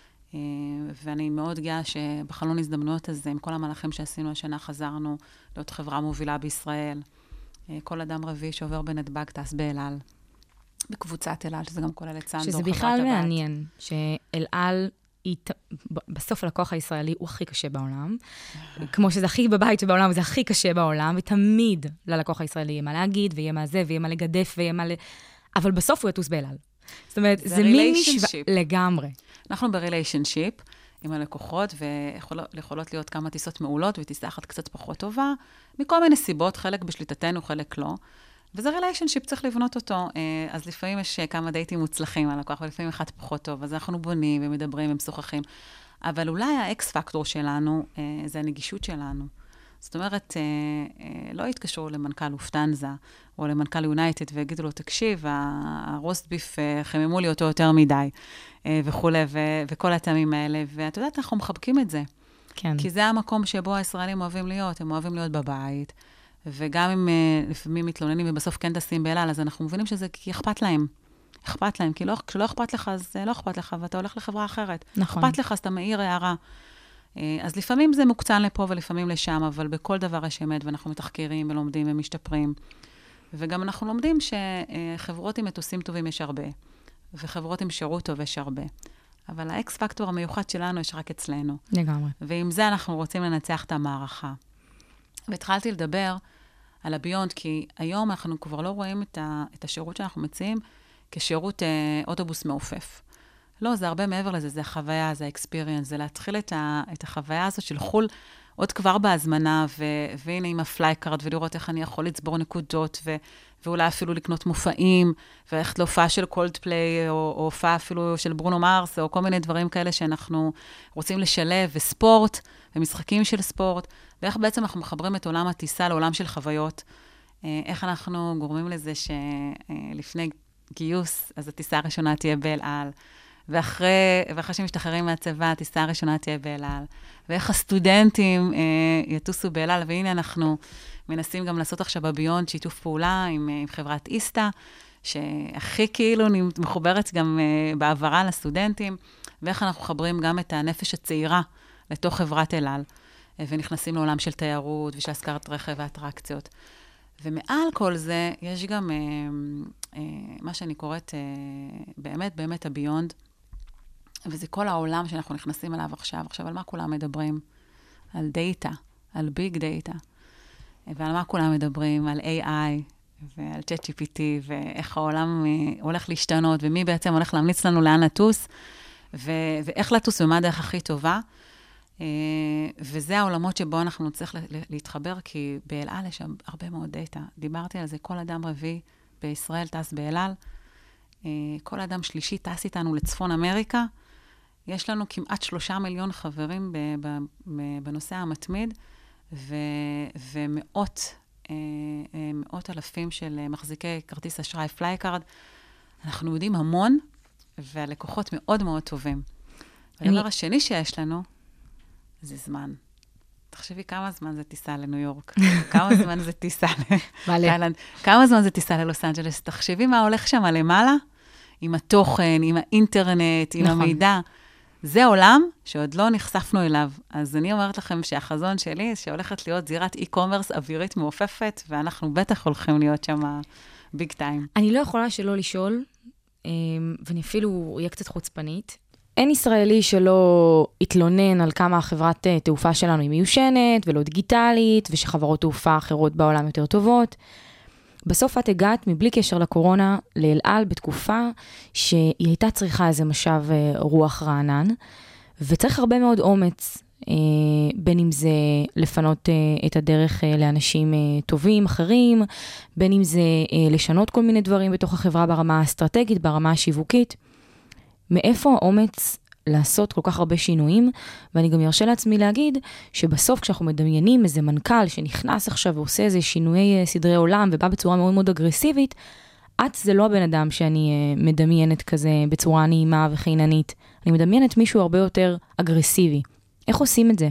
ואני מאוד גאה שבחלון הזדמנויות הזה, עם כל המהלכים שעשינו השנה, חזרנו להיות חברה מובילה בישראל. כל אדם רביעי שעובר בנתב"ג טס באל על, בקבוצת אל על, שזה גם כולל את סנדור, שזה בכלל מעניין, שאל על, בסוף הלקוח הישראלי הוא הכי קשה בעולם, כמו שזה הכי בבית בעולם, זה הכי קשה בעולם, ותמיד ללקוח הישראלי יהיה מה להגיד, ויהיה מה זה, ויהיה מה לגדף, ויהיה מה אבל בסוף הוא יטוס באל על. זאת אומרת, זה מין לגמרי. אנחנו בריליישנשיפ עם הלקוחות, ויכולות להיות כמה טיסות מעולות, וטיסה אחת קצת פחות טובה, מכל מיני סיבות, חלק בשליטתנו, חלק לא. וזה ריליישנשיפ, צריך לבנות אותו. אז לפעמים יש כמה דייטים מוצלחים על לקוח, ולפעמים אחד פחות טוב, אז אנחנו בונים ומדברים ומשוחחים. אבל אולי האקס פקטור שלנו, זה הנגישות שלנו. זאת אומרת, לא יתקשרו למנכ"ל אופטנזה, או למנכ"ל יונייטד, ויגידו לו, תקשיב, הרוסט ביף חממו לי אותו יותר מדי, וכו', וכל הטעמים האלה. ואת יודעת, אנחנו מחבקים את זה. כן. כי זה המקום שבו הישראלים אוהבים להיות, הם אוהבים להיות בבית, וגם אם לפעמים מתלוננים, ובסוף כן טסים באל על, אז אנחנו מבינים שזה כי אכפת להם. אכפת להם, כי כשלא אכפת לך, אז לא אכפת לך, ואתה הולך לחברה אחרת. נכון. אכפת לך, אז אתה מאיר הערה. אז לפעמים זה מוקצן לפה ולפעמים לשם, אבל בכל דבר יש אמת, ואנחנו מתחקרים ולומדים ומשתפרים. וגם אנחנו לומדים שחברות עם מטוסים טובים יש הרבה, וחברות עם שירות טוב יש הרבה. אבל האקס פקטור המיוחד שלנו יש רק אצלנו. לגמרי. ועם זה אנחנו רוצים לנצח את המערכה. והתחלתי לדבר על הביונד, כי היום אנחנו כבר לא רואים את השירות שאנחנו מציעים כשירות אוטובוס מעופף. לא, זה הרבה מעבר לזה, זה החוויה, זה האקספיריאנס, זה להתחיל את החוויה הזאת של חול עוד כבר בהזמנה, והנה עם הפלייקארד, ולראות איך אני יכול לצבור נקודות, ואולי אפילו לקנות מופעים, ולכת להופעה של קולדפליי, או הופעה אפילו של ברונו מרס, או כל מיני דברים כאלה שאנחנו רוצים לשלב, וספורט, ומשחקים של ספורט, ואיך בעצם אנחנו מחברים את עולם הטיסה לעולם של חוויות, איך אנחנו גורמים לזה שלפני גיוס, אז הטיסה הראשונה תהיה באל על, ואחרי שמשתחררים מהצבא, הטיסה הראשונה תהיה באל על, ואיך הסטודנטים יטוסו באל על, והנה אנחנו מנסים גם לעשות עכשיו בביונד שיתוף פעולה עם חברת איסטה, שהכי כאילו מחוברת גם בעברה לסטודנטים, ואיך אנחנו מחברים גם את הנפש הצעירה לתוך חברת אל על, ונכנסים לעולם של תיירות ושל השכרת רכב ואטרקציות. ומעל כל זה יש גם מה שאני קוראת באמת הביונד, וזה כל העולם שאנחנו נכנסים אליו עכשיו. עכשיו, על מה כולם מדברים? על דאטה, על ביג דאטה. ועל מה כולם מדברים? על AI ועל ChatGPT, ואיך העולם הולך להשתנות, ומי בעצם הולך להמליץ לנו לאן לטוס, ואיך לטוס ומה הדרך הכי טובה. וזה העולמות שבו אנחנו נצטרך להתחבר, כי באל על יש הרבה מאוד דאטה. דיברתי על זה, כל אדם רביעי בישראל טס באל על, כל אדם שלישי טס איתנו לצפון אמריקה, יש לנו כמעט 3 מיליון חברים בנושא המתמיד, ומאות אלפים של מחזיקי כרטיס אשראי פלייקארד. אנחנו יודעים המון, והלקוחות מאוד מאוד טובים. הדבר השני שיש לנו, זה זמן. תחשבי כמה זמן זה טיסה לניו יורק, כמה זמן זה טיסה לתאילנד, כמה זמן זה טיסה ללוס אנג'לס. תחשבי מה הולך שם למעלה, עם התוכן, עם האינטרנט, עם המידע. זה עולם שעוד לא נחשפנו אליו. אז אני אומרת לכם שהחזון שלי, שהולכת להיות זירת e-commerce אווירית מעופפת, ואנחנו בטח הולכים להיות שם ביג טיים. אני לא יכולה שלא לשאול, ואני אפילו אהיה קצת חוצפנית, אין ישראלי שלא יתלונן על כמה החברת תעופה שלנו היא מיושנת ולא דיגיטלית, ושחברות תעופה אחרות בעולם יותר טובות. בסוף את הגעת מבלי קשר לקורונה לאל על בתקופה שהיא הייתה צריכה איזה משב רוח רענן, וצריך הרבה מאוד אומץ, בין אם זה לפנות את הדרך לאנשים טובים אחרים, בין אם זה לשנות כל מיני דברים בתוך החברה ברמה האסטרטגית, ברמה השיווקית. מאיפה האומץ לעשות כל כך הרבה שינויים? ואני גם ארשה לעצמי להגיד שבסוף כשאנחנו מדמיינים איזה מנכ"ל שנכנס עכשיו ועושה איזה שינויי סדרי עולם ובא בצורה מאוד מאוד אגרסיבית, את זה לא הבן אדם שאני מדמיינת כזה בצורה נעימה וחיננית. אני מדמיינת מישהו הרבה יותר אגרסיבי. איך עושים את זה?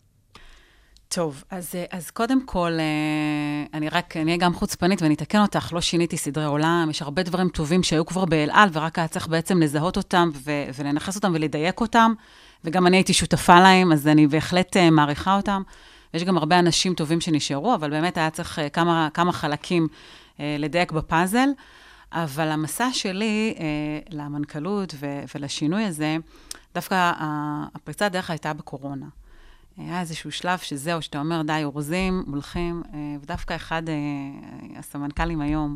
טוב, אז קודם כל, אני אהיה גם חוצפנית ואני אתקן אותך, לא שיניתי סדרי עולם, יש הרבה דברים טובים שהיו כבר באל על, ורק היה צריך בעצם לזהות אותם ולנחס אותם ולדייק אותם, וגם אני הייתי שותפה להם, אז אני בהחלט מעריכה אותם. יש גם הרבה אנשים טובים שנשארו, אבל באמת היה צריך כמה חלקים לדייק בפאזל, אבל המסע שלי למנכ"לות ולשינוי הזה, דווקא הפריצת דרך הייתה בקורונה. היה איזשהו שלב שזהו, שאתה אומר, די, אורזים, מולכים, ודווקא אחד הסמנכ"לים היום,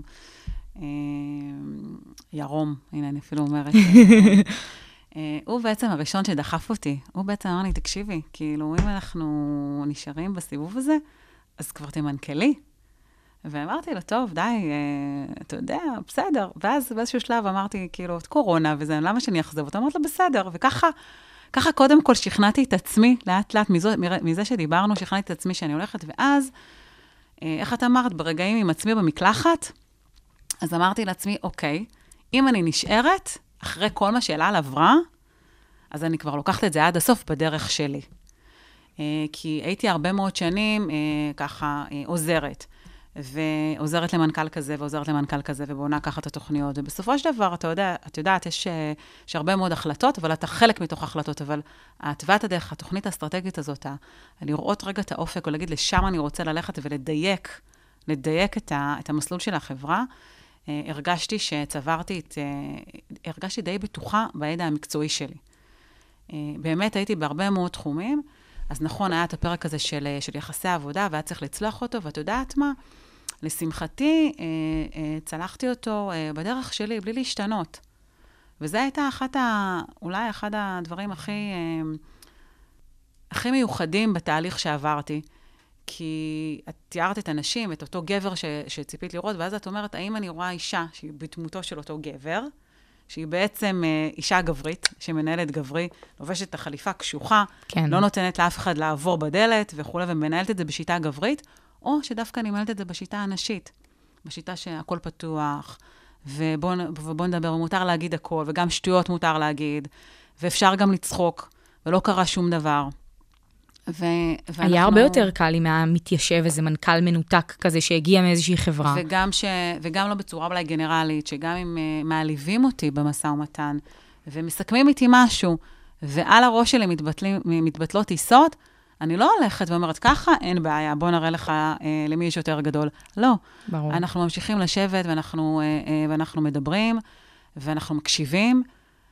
ירום, הנה אני אפילו אומרת, הוא בעצם הראשון שדחף אותי, הוא בעצם אמר לי, תקשיבי, כאילו, אם אנחנו נשארים בסיבוב הזה, אז כבר תמנכ"לי. ואמרתי לו, טוב, די, אתה יודע, בסדר. ואז באיזשהו שלב אמרתי, כאילו, את קורונה, וזה, למה שאני אחזב אותו? אמרת לו, בסדר, וככה קודם כל שכנעתי את עצמי, לאט לאט מזה שדיברנו, שכנעתי את עצמי שאני הולכת, ואז, איך את אמרת, ברגעים עם עצמי במקלחת, אז אמרתי לעצמי, אוקיי, אם אני נשארת, אחרי כל מה שאלה על עברה, אז אני כבר לוקחת את זה עד הסוף בדרך שלי. כי הייתי הרבה מאוד שנים ככה עוזרת, ועוזרת למנכ"ל כזה, ועוזרת למנכ"ל כזה, ובונה ככה את התוכניות, ובסופו של דבר, את יודעת, יש הרבה מאוד החלטות, אבל אתה חלק מתוך החלטות, אבל התוואת הדרך, התוכנית האסטרטגית הזאת, לראות רגע את האופק, ולהגיד לשם אני רוצה ללכת, ולדייק את המסלול של החברה, הרגשתי שצברתי הרגשתי די בטוחה בידע המקצועי שלי. באמת הייתי בהרבה מאוד תחומים, אז נכון, היה את הפרק הזה של יחסי עבודה, והיה צריך לצלוח אותו, ואת יודעת מה? לשמחתי, צלחתי אותו בדרך שלי, בלי להשתנות. וזה הייתה אולי אחד הדברים הכי מיוחדים בתהליך שעברתי, כי את תיארת את הנשים, את אותו גבר שציפית לראות, ואז את אומרת, האם אני רואה אישה שהיא בדמותו של אותו גבר, שהיא בעצם אישה גברית, שמנהלת גברי, לובשת את החליפה קשוחה, כן. לא נותנת לאף אחד לעבור בדלת וכו', ומנהלת את זה בשיטה גברית, או שדווקא אני מנהלת את זה בשיטה הנשית, בשיטה שהכל פתוח, ובוא נדבר, מותר להגיד הכל, וגם שטויות מותר להגיד, ואפשר גם לצחוק, ולא קרה שום דבר. היה הרבה יותר קל אם היה מתיישב איזה מנכ"ל מנותק כזה שהגיע מאיזושהי חברה. וגם לא בצורה אולי גנרלית, שגם אם מעליבים אותי במשא ומתן, ומסכמים איתי משהו, ועל הראש שלי מתבטלות טיסות, אני לא הולכת ואומרת, ככה אין בעיה, בוא נראה לך למי יש יותר גדול. לא. ברור. אנחנו ממשיכים לשבת, ואנחנו מדברים, ואנחנו מקשיבים,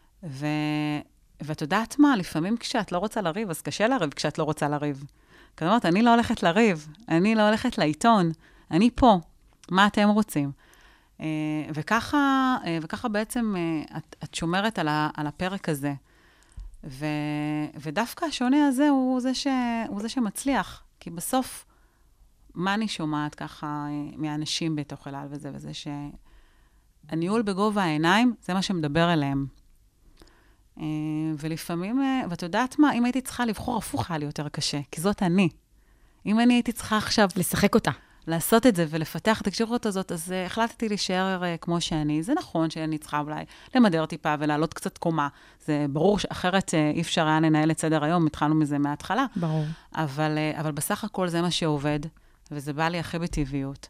ואת יודעת מה? לפעמים כשאת לא רוצה לריב, אז קשה לריב כשאת לא רוצה לריב. כלומר, אני לא הולכת לריב, אני לא הולכת לעיתון, אני פה, מה אתם רוצים? וככה בעצם את שומרת על הפרק הזה. ודווקא השונה הזה הוא זה שמצליח. כי בסוף, מה אני שומעת ככה מהאנשים בתוך אל על וזה שהניהול בגובה העיניים, זה מה שמדבר אליהם. ולפעמים, ואת יודעת מה, אם הייתי צריכה לבחור הפוך, היה לי יותר קשה, כי זאת אני. אם אני הייתי צריכה עכשיו לשחק אותה, לעשות את זה ולפתח את הקשירות הזאת, אז החלטתי להישאר כמו שאני. זה נכון שאני צריכה אולי למדר טיפה ולעלות קצת קומה. זה ברור שאחרת אי אפשר היה לנהל את סדר היום, התחלנו מזה מההתחלה. ברור. אבל בסך הכל זה מה שעובד, וזה בא לי הכי בטבעיות.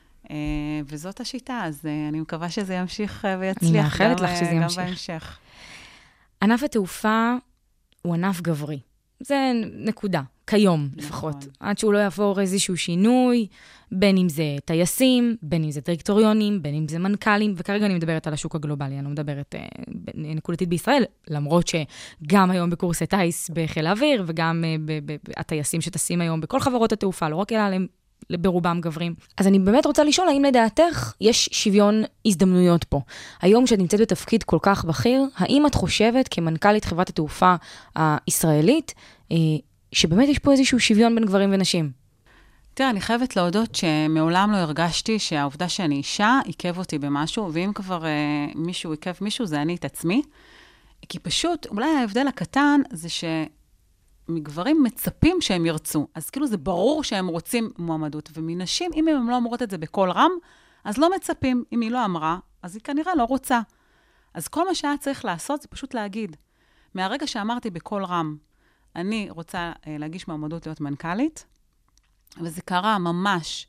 וזאת השיטה, אז אני מקווה שזה ימשיך ויצליח. אני מאחלת לך שזה ימשיך. גם בהמשך. ענף התעופה הוא ענף גברי. זה נקודה, כיום לפחות. עד שהוא לא יעבור איזשהו שינוי, בין אם זה טייסים, בין אם זה דירקטוריונים, בין אם זה מנכ"לים, וכרגע אני מדברת על השוק הגלובלי, אני לא מדברת נקודתית בישראל, למרות שגם היום בקורסי טייס בחיל האוויר, וגם הטייסים שטסים היום בכל חברות התעופה, לא רק אלא הם ברובם גברים. אז אני באמת רוצה לשאול, האם לדעתך יש שוויון הזדמנויות פה? היום שאת נמצאת בתפקיד כל כך בכיר, האם את חושבת כמנכ"לית חברת התעופה הישראלית, שבאמת יש פה איזשהו שוויון בין גברים ונשים? תראה, אני חייבת להודות שמעולם לא הרגשתי שהעובדה שאני אישה עיכב אותי במשהו, ואם כבר מישהו עיכב מישהו, זה אני את עצמי. כי פשוט, אולי ההבדל הקטן זה מגברים מצפים שהם ירצו. אז כאילו זה ברור שהם רוצים מועמדות. ומנשים, אם הם לא אמרות את זה בכל רם, אז לא מצפים. אם היא לא אמרה, אז היא כנראה לא רוצה. אז כל מה שהיה צריך לעשות זה פשוט להגיד. מהרגע שאמרתי בכל רם, אני רוצה להגיש מועמדות להיות מנכ"לית, וזה קרה ממש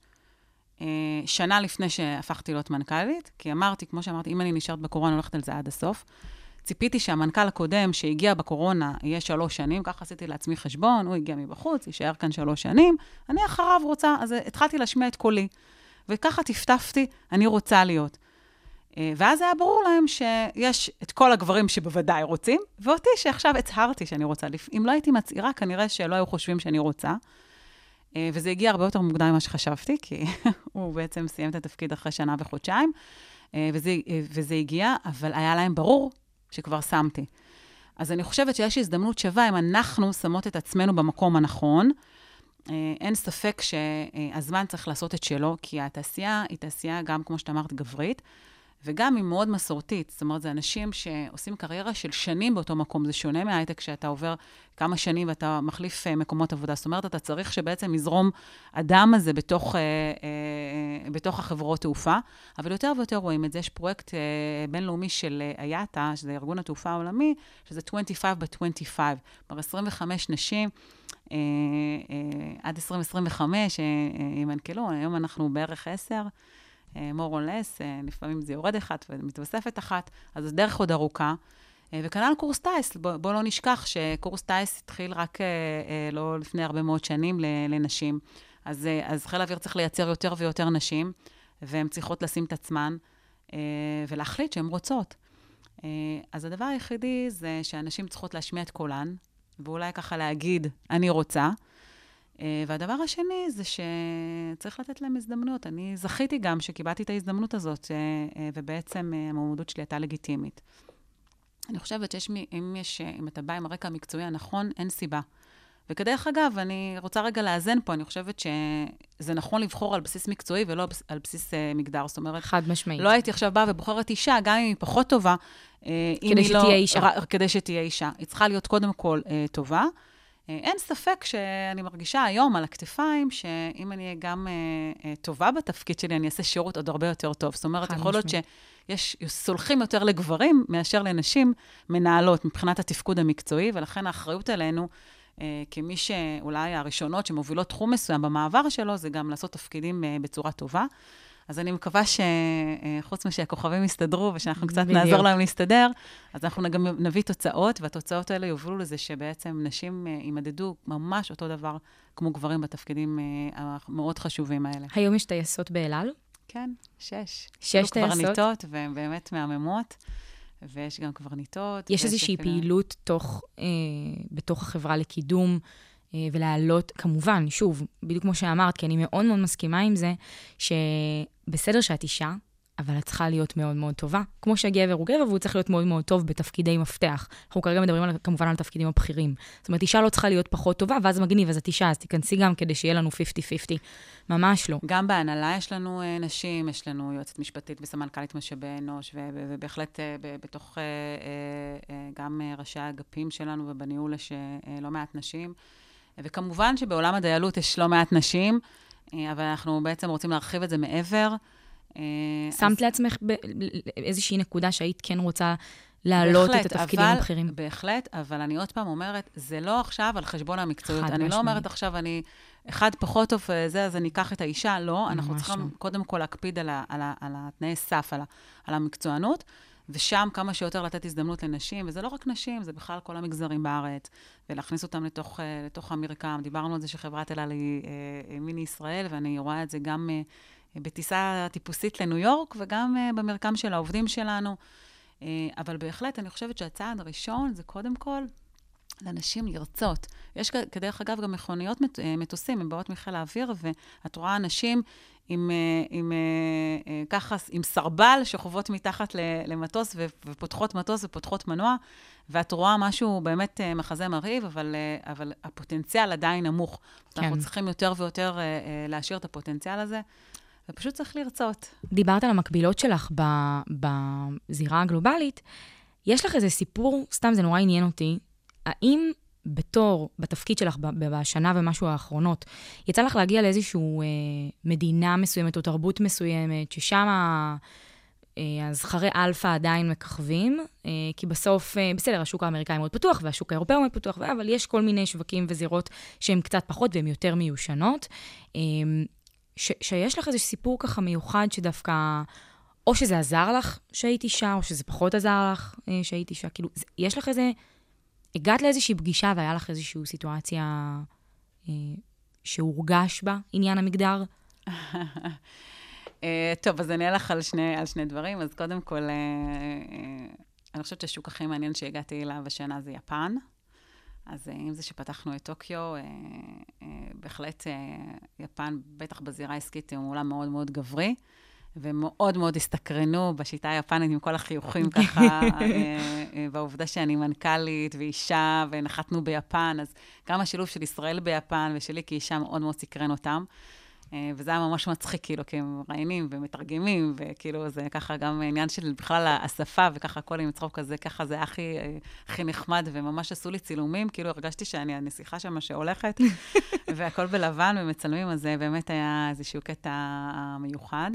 שנה לפני שהפכתי להיות מנכ"לית, כי אמרתי, כמו שאמרתי, אם אני נשארת בקורונה, אני הולכת על זה עד הסוף. ציפיתי שהמנכ"ל הקודם שהגיע בקורונה יהיה 3 שנים, ככה עשיתי לעצמי חשבון, הוא הגיע מבחוץ, יישאר כאן 3 שנים, אני אחריו רוצה, אז התחלתי להשמיע את קולי, וככה תפתפתי, אני רוצה להיות. ואז היה ברור להם שיש את כל הגברים שבוודאי רוצים, ואותי שעכשיו הצהרתי שאני רוצה. אם לא הייתי מצעירה, כנראה שלא היו חושבים שאני רוצה. וזה הגיע הרבה יותר מוקדם ממה שחשבתי, כי הוא בעצם סיים את התפקיד אחרי 1 שנה וחודשיים, וזה הגיע, אבל היה להם ברור שכבר שמתי. אז אני חושבת שיש הזדמנות שווה אם אנחנו שמות את עצמנו במקום הנכון. אין ספק שהזמן צריך לעשות את שלו, כי התעשייה היא תעשייה גם, כמו שאת אמרת, גברית, וגם היא מאוד מסורתית. זאת אומרת, זה אנשים שעושים קריירה של שנים באותו מקום. זה שונה מההייטק שאתה עובר כמה שנים ואתה מחליף מקומות עבודה. זאת אומרת, אתה צריך שבעצם יזרום אדם הזה בתוך החברות תעופה. אבל יותר ויותר רואים את זה. יש פרויקט בינלאומי של IATA, שזה ארגון התעופה העולמי, שזה 25 ב-25. כבר 25 נשים, עד 2025, ימנכלו, היום אנחנו בערך 10, more or less, לפעמים זה יורד 1 ומתווספת 1, אז זו דרך עוד ארוכה. וכנ"ל קורס טייס, בוא לא נשכח שקורס טייס התחיל רק לא לפני הרבה מאוד שנים לנשים. אז חיל האוויר צריך לייצר יותר ויותר נשים, והן צריכות לשים את עצמן ולהחליט שהן רוצות. אז הדבר היחידי זה שאנשים צריכות להשמיע את קולן, ואולי ככה להגיד, אני רוצה. והדבר השני זה שצריך לתת להם הזדמנות. אני זכיתי גם שקיבלתי את ההזדמנות הזאת, ובעצם המועמדות שלי הייתה לגיטימית. אני חושבת אם אתה בא עם הרקע המקצועי הנכון, אין סיבה. וכדרך אגב, אני רוצה רגע לאזן פה, אני חושבת שזה נכון לבחור על בסיס מקצועי ולא על בסיס מגדר. זאת אומרת, חד משמעית. לא הייתי עכשיו באה ובוחרת אישה, גם אם היא פחות טובה, כדי שתהיה אישה. כדי שתהיה אישה. היא צריכה להיות קודם כל טובה. אין ספק שאני מרגישה היום על הכתפיים, שאם אני אהיה גם טובה בתפקיד שלי, אני אעשה שירות עוד הרבה יותר טוב. זאת אומרת, יכול להיות שיש סולחים יותר לגברים מאשר לנשים מנהלות מבחינת התפקוד המקצועי, ולכן האחריות עלינו, כמי שאולי הראשונות שמובילות תחום מסוים במעבר שלו, זה גם לעשות תפקידים בצורה טובה. אז אני מקווה שחוץ משהכוכבים יסתדרו, ושאנחנו קצת נעזור להם להסתדר, אז אנחנו גם נביא תוצאות, והתוצאות האלה יובלו לזה שבעצם נשים יימדדו ממש אותו דבר כמו גברים בתפקידים המאוד חשובים האלה. היום יש טייסות באל-על? כן, 6. 6 טייסות? קברניטות, והן באמת מהממות, ויש גם קברניטות. יש איזושהי פעילות בתוך החברה לקידום, ולהעלות, כמובן, שוב, בדיוק כמו שאמרת, כי אני מאוד מאוד מסכימה עם זה, שבסדר שאת אישה, אבל את צריכה להיות מאוד מאוד טובה. כמו שהגבר הוא גבר, והוא צריך להיות מאוד מאוד טוב בתפקידי מפתח. אנחנו כרגע מדברים כמובן על התפקידים הבכירים. זאת אומרת, אישה לא צריכה להיות פחות טובה, ואז מגניב, אז את אישה, אז תיכנסי גם כדי שיהיה לנו 50-50. ממש לא. גם בהנהלה יש לנו נשים, יש לנו יועצת משפטית וסמנכ"לית משאבי אנוש, ובהחלט בתוך גם ראשי האגפים שלנו, ובניהול יש לא מעט נשים. וכמובן שבעולם הדיילות יש לא מעט נשים, אבל אנחנו בעצם רוצים להרחיב את זה מעבר. שמת לעצמך איזושהי נקודה שהיית כן רוצה להעלות את התפקידים הבכירים. בהחלט, אבל אני עוד פעם אומרת, זה לא עכשיו על חשבון המקצועיות. אני לא אומרת עכשיו, אחד פחות טוב זה, אז אני אקח את האישה. לא, אנחנו צריכים קודם כל להקפיד על התנאי סף, על המקצוענות, ושם כמה שיותר לתת הזדמנות לנשים, וזה לא רק נשים, זה בכלל כל המגזרים בארץ, ולהכניס אותם לתוך המרקם. דיברנו על זה שחברת אל-על היא מיני ישראל, ואני רואה את זה גם בטיסה טיפוסית לניו יורק, וגם במרקם של העובדים שלנו. אבל בהחלט, אני חושבת שהצעד הראשון זה קודם כל לאנשים לרצות. יש כדרך אגב גם מכוניות מטוסים, הן באות מחיל האוויר, ואת רואה אנשים עם סרבל שחובות מתחת למטוס, ופותחות מטוס ופותחות מנוע, ואת רואה משהו באמת מחזה מרהיב, אבל הפוטנציאל עדיין נמוך. כן. אנחנו צריכים יותר ויותר להשאיר את הפוטנציאל הזה, ופשוט צריך לרצות. דיברת על המקבילות שלך בזירה הגלובלית. יש לך איזה סיפור, סתם זה נורא עניין אותי, האם בתפקיד שלך בשנה ומשהו האחרונות, יצא לך להגיע לאיזושהי מדינה מסוימת או תרבות מסוימת, ששם הזכרי אלפא עדיין מככבים, כי בסוף, בסדר, השוק האמריקאי מאוד פתוח, והשוק האירופאי מאוד פתוח, אבל יש כל מיני שווקים וזירות שהן קצת פחות והן יותר מיושנות. שיש לך איזה סיפור ככה מיוחד שדווקא, או שזה עזר לך שהיית אישה, או שזה פחות עזר לך שהיית אישה, כאילו, יש לך איזה, הגעת לאיזושהי פגישה והיה לך איזושהי סיטואציה שהורגש בה עניין המגדר? טוב, אז אני אלך על שני דברים. אז קודם כל, אני חושבת שהשוק הכי מעניין שהגעתי אליו השנה זה יפן. אז אם זה שפתחנו את טוקיו, בהחלט יפן, בטח בזירה העסקית, הוא עולם מאוד מאוד גברי, ומאוד מאוד הסתקרנו בשיטה היפנית עם כל החיוכים ככה, בעובדה שאני מנכ"לית ואישה, ונחתנו ביפן, אז גם השילוב של ישראל ביפן ושלי כאישה מאוד מאוד סקרן אותם, וזה היה ממש מצחיק, כאילו, כי הם ראיינים ומתרגמים, וכאילו, זה ככה גם עניין של בכלל השפה, וככה כל עם צחוק כזה, ככה זה הכי נחמד, וממש עשו לי צילומים, כאילו, הרגשתי שאני הנסיכה שם שהולכת, והכל בלבן ומצלמים, אז זה באמת היה איזשהו קטע מיוחד.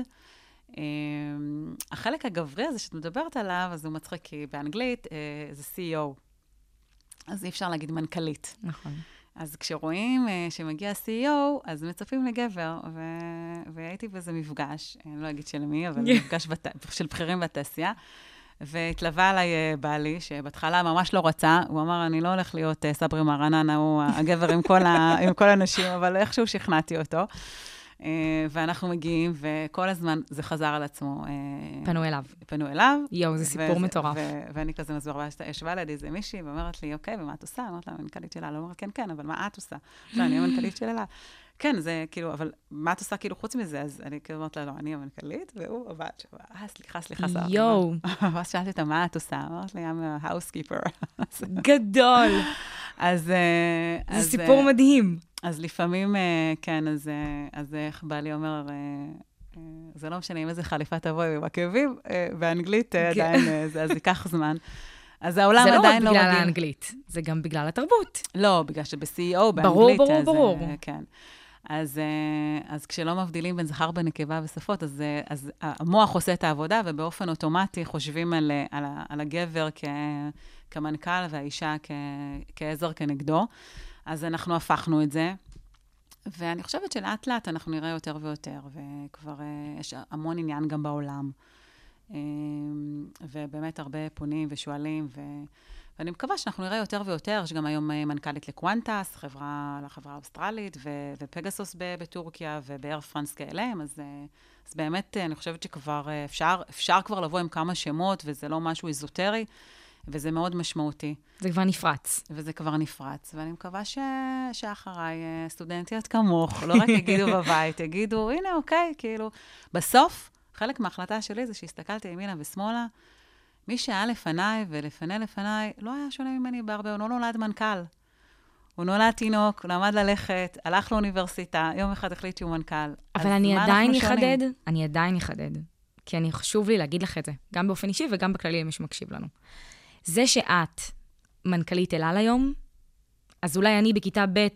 החלק הגברי הזה שאת מדברת עליו, אז הוא מצחיק, כי באנגלית זה CEO. אז אי אפשר להגיד מנכ"לית. נכון. אז כשרואים שמגיע CEO, אז מצפים לגבר, והייתי באיזה מפגש, אני לא אגיד של מי, אבל מפגש של בכירים בתעשייה, והתלווה עליי בעלי, שבהתחלה ממש לא רצה, הוא אמר, אני לא הולך להיות סברי מרננה, הוא הגבר עם כל הנשים, אבל איכשהו שכנעתי אותו. ואנחנו מגיעים, וכל הזמן זה חזר על עצמו. פנו אליו. יואו, זה סיפור מטורף. ואני כזה מסבירה, ישבה לידי איזה מישהי, ואומרת לי, אוקיי, ומה את עושה? אמרת לה, המנכ"לית שלה. לא אומרת, כן, אבל מה את עושה? לא, אני המנכ"לית שלה. כן, זה כאילו, אבל מה את עושה כאילו חוץ מזה? אז אני כאילו אומרת לה, לא, אני המנכ"לית, והוא עבד שבא, סליחה. יואו. ואז שאלתי אותה, מה את עושה? אמרת לי, I'm a housekeeper. גדול. זה סיפור מדהים. אז לפעמים, כן, אז איך בעלי אומר, זה לא משנה אם איזה חליפה תבואי במקבים, באנגלית עדיין, זה ייקח זמן. אז העולם עדיין לא רגיל. זה לא רק בגלל האנגלית, זה גם בגלל התרבות. לא, בגלל שב-CEO באנגלית, ברור. כן. אז כשלא מבדילים בין זכר בנקבה ושפות, אז המוח עושה את העבודה, ובאופן אוטומטי חושבים על הגבר כמנכ"ל, והאישה כעזר כנגדו. אז אנחנו הפכנו את זה, ואני חושבת שלאט לאט אנחנו נראה יותר ויותר, וכבר יש המון עניין גם בעולם. ובאמת הרבה פונים ושואלים, ואני מקווה שאנחנו נראה יותר ויותר, יש גם היום מנכ"לית לקוונטס, לחברה האוסטרלית, ופגסוס בטורקיה, ובאר פרנס כאלם, אז באמת אני חושבת שכבר אפשר כבר לבוא עם כמה שמות, וזה לא משהו איזוטרי, וזה מאוד משמעותי. זה כבר נפרץ. וזה כבר נפרץ, ואני מקווה שאחריי סטודנטיות כמוך, לא רק יגידו בבית, יגידו, הנה, אוקיי, כאילו, בסוף, חלק מההחלטה שלי זה שהסתכלתי ימינה ושמאלה, מי שהיה לפניי ולפניי, לא היה שונה ממני בהרבה, הוא לא נולד מנכ"ל. הוא נולד תינוק, הוא למד ללכת, הלך לאוניברסיטה, יום אחד החליט שהוא מנכ"ל. אבל אני עדיין אחדד, כי אני חשוב לי להגיד לך את זה, גם באופן אישי וגם בכללי למי שמקשיב לנו. זה שאת מנכ"לית אל-על היום, אז אולי אני בכיתה ב'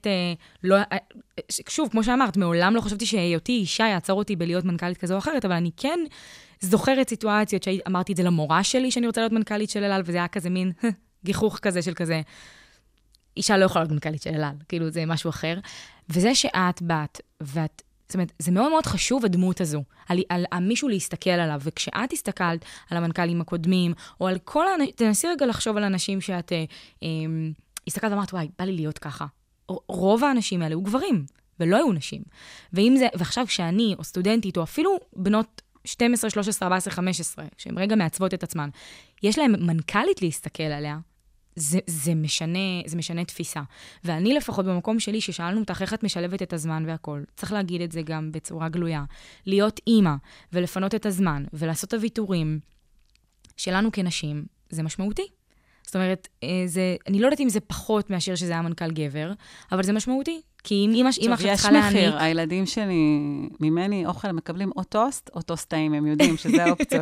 שוב, כמו שאמרת, מעולם לא חשבתי שהיותי אישה יעצור אותי בלהיות מנכ"לית כזו או אחרת, אבל אני כן זוכרת סיטואציות שאמרתי את זה למורה שלי, שאני רוצה להיות מנכ"לית של אל-על, וזה היה כזה מין גיחוך כזה של כזה, אישה לא יכולה להיות מנכ"לית של אל-על, כאילו זה משהו אחר. וזה שאת באת, זאת אומרת, זה מאוד מאוד חשוב הדמות הזו, על מישהו להסתכל עליו, וכשאת הסתכלת על המנכ"לים הקודמים, או על כל תנסי רגע לחשוב על אנשים שאת הסתכלת ואמרת, וואי, בא לי להיות ככה. רוב האנשים האלה היו גברים, ולא היו נשים. ועכשיו כשאני, או סטודנטית, או אפילו בנות 12, 13, 14, 15, שהן רגע מעצבות את עצמן, יש להם מנכ"לית להסתכל עליה, זה משנה תפיסה. ואני לפחות במקום שלי, ששאלנו אותך איך את משלבת את הזמן והכל, צריך להגיד את זה גם בצורה גלויה, להיות אימא, ולפנות את הזמן, ולעשות הוויתורים שלנו כנשים, זה משמעותי. זאת אומרת, אני לא יודעת אם זה פחות מאשר שזה היה מנכ"ל גבר, אבל זה משמעותי. כי אם אמא צריכה להעניק... יש מחיר, הילדים שלי, ממני אוכל מקבלים או טוסט, או טוסטאים, הם יודעים שזה האופציות.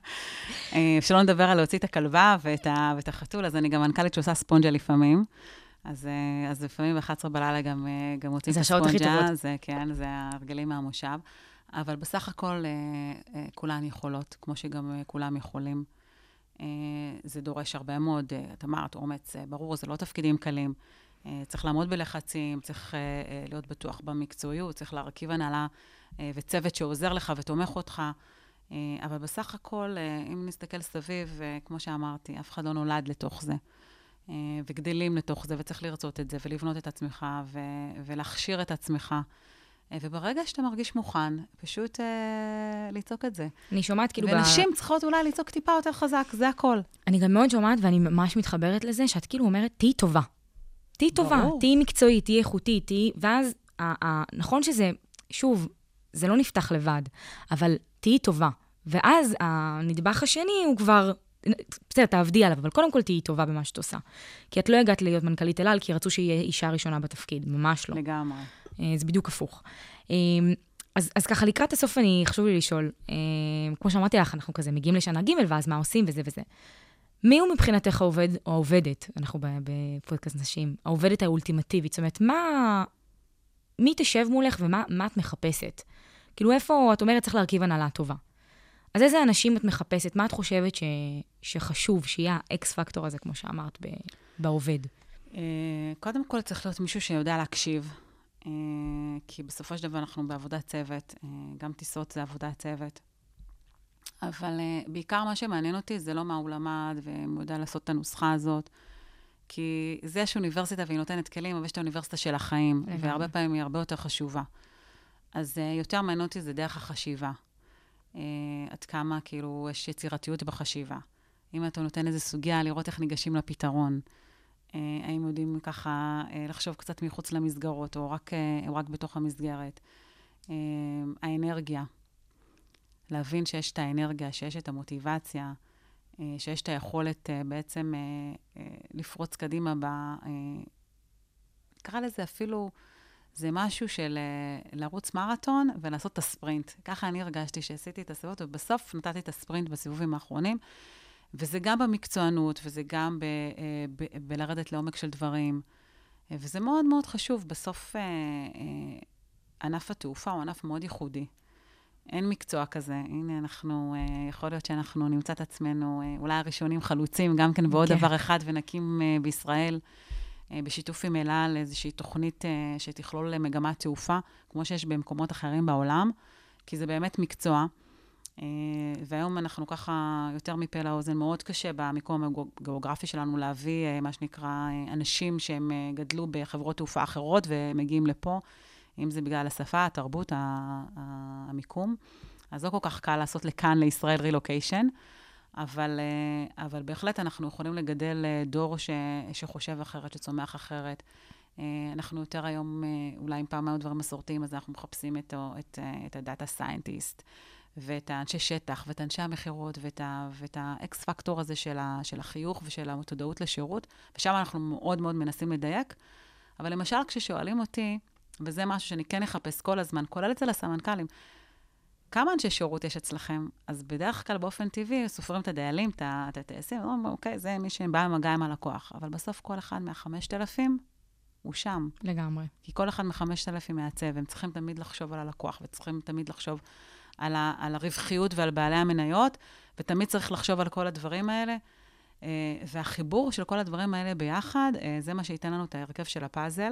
שלא נדבר על להוציא את הכלבה ואת החתול, אז אני גם מנכ"לית שעושה ספונג'ה לפעמים. אז לפעמים ב-11 בלילה גם מוצאים את הספונג'ה. זה כן, זה הרגלים מהמושב. אבל בסך הכל כולן יכולות, כמו שגם כולם יכולים. זה דורש הרבה מאוד, את אמרת, אומץ, ברור, זה לא תפקידים קלים. צריך לעמוד בלחצים, צריך להיות בטוח במקצועיות, צריך להרכיב הנהלה וצוות שעוזר לך ותומך אותך. אבל בסך הכל, אם נסתכל סביב, כמו שאמרתי, אף אחד לא נולד לתוך זה. וגדלים לתוך זה, וצריך לרצות את זה, ולבנות את עצמך, ולהכשיר את עצמך. וברגע שאתה מרגיש מוכן, פשוט ליצוק את זה. אני שומעת כאילו... ונשים צריכות אולי ליצוק טיפה יותר חזק, זה הכל. אני גם מאוד שומעת, ואני ממש מתחברת לזה, שאת כאילו אומרת, תהי טובה. תהי טובה, תהי מקצועית, תהי איכותית, תהי... ואז, נכון שזה, שוב, זה לא נפתח לבד, אבל תהי טובה. ואז הנדבך השני הוא כבר... בסדר, תעבדי עליו, אבל קודם כל תהי טובה במה שאת עושה. כי את לא הגעת להיות מנכ"לית אל-על, כי רצו שיהיה אישה ראשונה בתפקיד, ממש לא. לגמרי. זה בדיוק הפוך. אז ככה, לקראת הסוף חשוב לי לשאול, כמו שאמרתי לך, אנחנו כזה מגיעים לשנה ג' ואז מה עושים וזה וזה. מי הוא מבחינתך העובד או העובדת, אנחנו בפודקאסט נשים, העובדת האולטימטיבית, זאת אומרת, מי תשב מולך ומה את מחפשת? כאילו איפה את אומרת צריך להרכיב הנהלה טובה? אז איזה אנשים את מחפשת? מה את חושבת שחשוב, שיהיה האקס פקטור הזה, כמו שאמרת, בעובד? קודם כל צריך להיות מישהו שיודע להקשיב, כי בסופו של דבר אנחנו בעבודת צוות, גם טיסות זה עבודת צוות. אבל בעיקר מה שמעניין אותי זה לא מה הוא למד, והוא יודע לעשות את הנוסחה הזאת, כי זה יש אוניברסיטה והיא נותנת כלים, אבל יש את האוניברסיטה של החיים, והרבה פעמים היא הרבה יותר חשובה. אז יותר מעניין אותי זה דרך החשיבה. עד כמה כאילו יש יצירתיות בחשיבה. אם אתה נותן איזו סוגיה, לראות איך ניגשים לפתרון. האם יודעים ככה לחשוב קצת מחוץ למסגרות, או רק בתוך המסגרת. האנרגיה. להבין שיש את האנרגיה, שיש את המוטיבציה, שיש את היכולת בעצם לפרוץ קדימה קרא לזה אפילו, זה משהו של לרוץ מרתון ולעשות את הספרינט. ככה אני הרגשתי שעשיתי את הסיבובות, ובסוף נתתי את הספרינט בסיבובים האחרונים, וזה גם במקצוענות, וזה גם בלרדת לעומק של דברים, וזה מאוד מאוד חשוב. בסוף ענף התעופה הוא ענף מאוד ייחודי. אין מקצוע כזה. הנה, יכול להיות שאנחנו נמצא את עצמנו, אולי הראשונים חלוצים, גם כן בעוד דבר אחד, ונקים בישראל, בשיתוף עם אל על, איזושהי תוכנית שתכלול מגמת תעופה, כמו שיש במקומות אחרים בעולם, כי זה באמת מקצוע. והיום אנחנו ככה יותר מפה לאוזן, מאוד קשה במיקום הגיאוגרפי שלנו להביא מה שנקרא אנשים שהם גדלו בחברות תעופה אחרות ומגיעים לפה, אם זה בגלל השפה, התרבות, המיקום. אז לא כל כך קל לעשות לכאן, לישראל, רילוקיישן, אבל בהחלט אנחנו יכולים לגדל דור שחושב אחרת, שצומח אחרת. אנחנו יותר היום, אולי אם פעם היו דברים מסורתיים, אז אנחנו מחפשים את הדאטה סיינטיסט, ואת האנשי שטח, ואת אנשי המחירות, ואת האקס פקטור הזה של החיוך ושל המתודעות לשירות, ושם אנחנו מאוד מאוד מנסים לדייק. אבל למשל, כששואלים אותי, וזה משהו שאני כן אחפש כל הזמן, כולל אצל הסמנכ"לים, כמה אנשי שירות יש אצלכם? אז בדרך כלל באופן טבעי, סופרים את הדיילים, את הטייסים, אוקיי, זה מי שבא במגע עם הלקוח. אבל בסוף כל אחד מה-5,000 הוא שם. לגמרי. כי כל אחד מ-5,000 מעצב, הם צריכים תמיד לחשוב על הלקוח, וצריכים תמיד לחשוב על הרווחיות ועל בעלי המניות, ותמיד צריך לחשוב על כל הדברים האלה. והחיבור של כל הדברים האלה ביחד, זה מה שייתן לנו את ההרכב של הפאזל.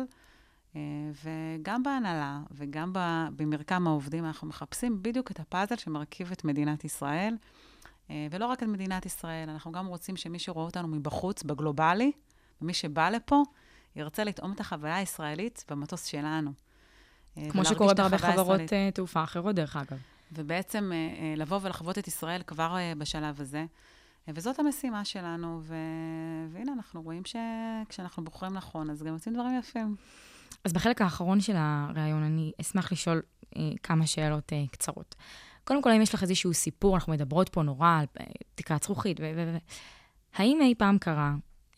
וגם בהנהלה וגם במרקם העובדים אנחנו מחפשים בדיוק את הפאזל שמרכיב את מדינת ישראל, ולא רק את מדינת ישראל, אנחנו גם רוצים שמי שרואה אותנו מבחוץ, בגלובלי, ומי שבא לפה, ירצה לטעום את החוויה הישראלית במטוס שלנו. כמו שקורה בהרבה חברות תעופה אחרות, דרך אגב. ובעצם לבוא ולחוות את ישראל כבר בשלב הזה, וזאת המשימה שלנו, והנה אנחנו רואים שכשאנחנו בוחרים נכון, אז גם עושים דברים יפים. אז בחלק האחרון של הרעיון, אני אשמח לשאול כמה שאלות קצרות. קודם כל, האם יש לך איזשהו סיפור, אנחנו מדברות פה נורא על תקרת זכוכית, האם אי פעם קרה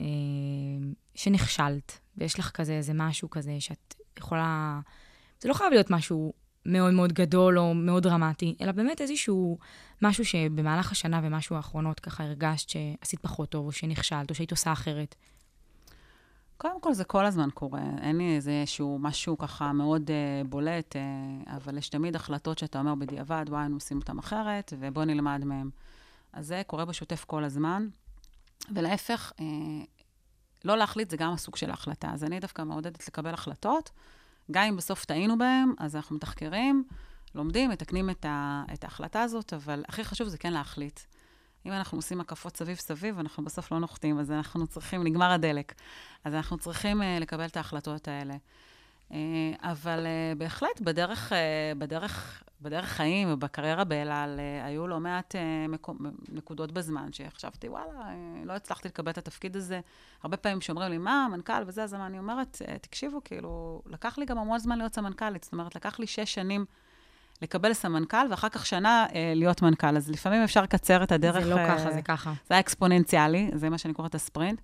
שנכשלת, ויש לך כזה איזה משהו כזה שאת יכולה, זה לא חייב להיות משהו מאוד מאוד גדול או מאוד דרמטי, אלא באמת איזשהו משהו שבמהלך השנה ומשהו האחרונות ככה הרגשת שעשית פחות טוב, או שנכשלת, או שהיית עושה אחרת? קודם כל, זה כל הזמן קורה. אין לי איזשהו משהו ככה מאוד בולט, אבל יש תמיד החלטות שאתה אומר בדיעבד, וואי, אנחנו עושים אותם אחרת, ובוא נלמד מהם. אז זה קורה בשוטף כל הזמן, ולהפך, לא להחליט זה גם הסוג של ההחלטה. אז אני דווקא מעודדת לקבל החלטות, גם אם בסוף טעינו בהם, אז אנחנו מתחקרים, לומדים, מתקנים את ההחלטה הזאת, אבל הכי חשוב זה כן להחליט. אם אנחנו עושים הקפות סביב, אנחנו בסוף לא נוחתים, אז אנחנו צריכים, נגמר הדלק. אז אנחנו צריכים לקבל את ההחלטות האלה. אבל בהחלט, בדרך חיים ובקריירה באל על, היו לא מעט נקודות בזמן, שחשבתי, וואלה, לא הצלחתי לקבל את התפקיד הזה. הרבה פעמים שאומרים לי, מה, מנכ"ל וזה, אז אני אומרת, תקשיבו, כאילו, לקח לי גם המון זמן להיות סמנכ"לית, זאת אומרת, לקח לי 6 שנים לקבל סמנכ"ל, ואחר כך שנה להיות מנכ"ל. אז לפעמים אפשר לקצר את הדרך. זה לא ככה, זה ככה. זה היה אקספוננציאלי, זה מה שאני קוראת הספרינט.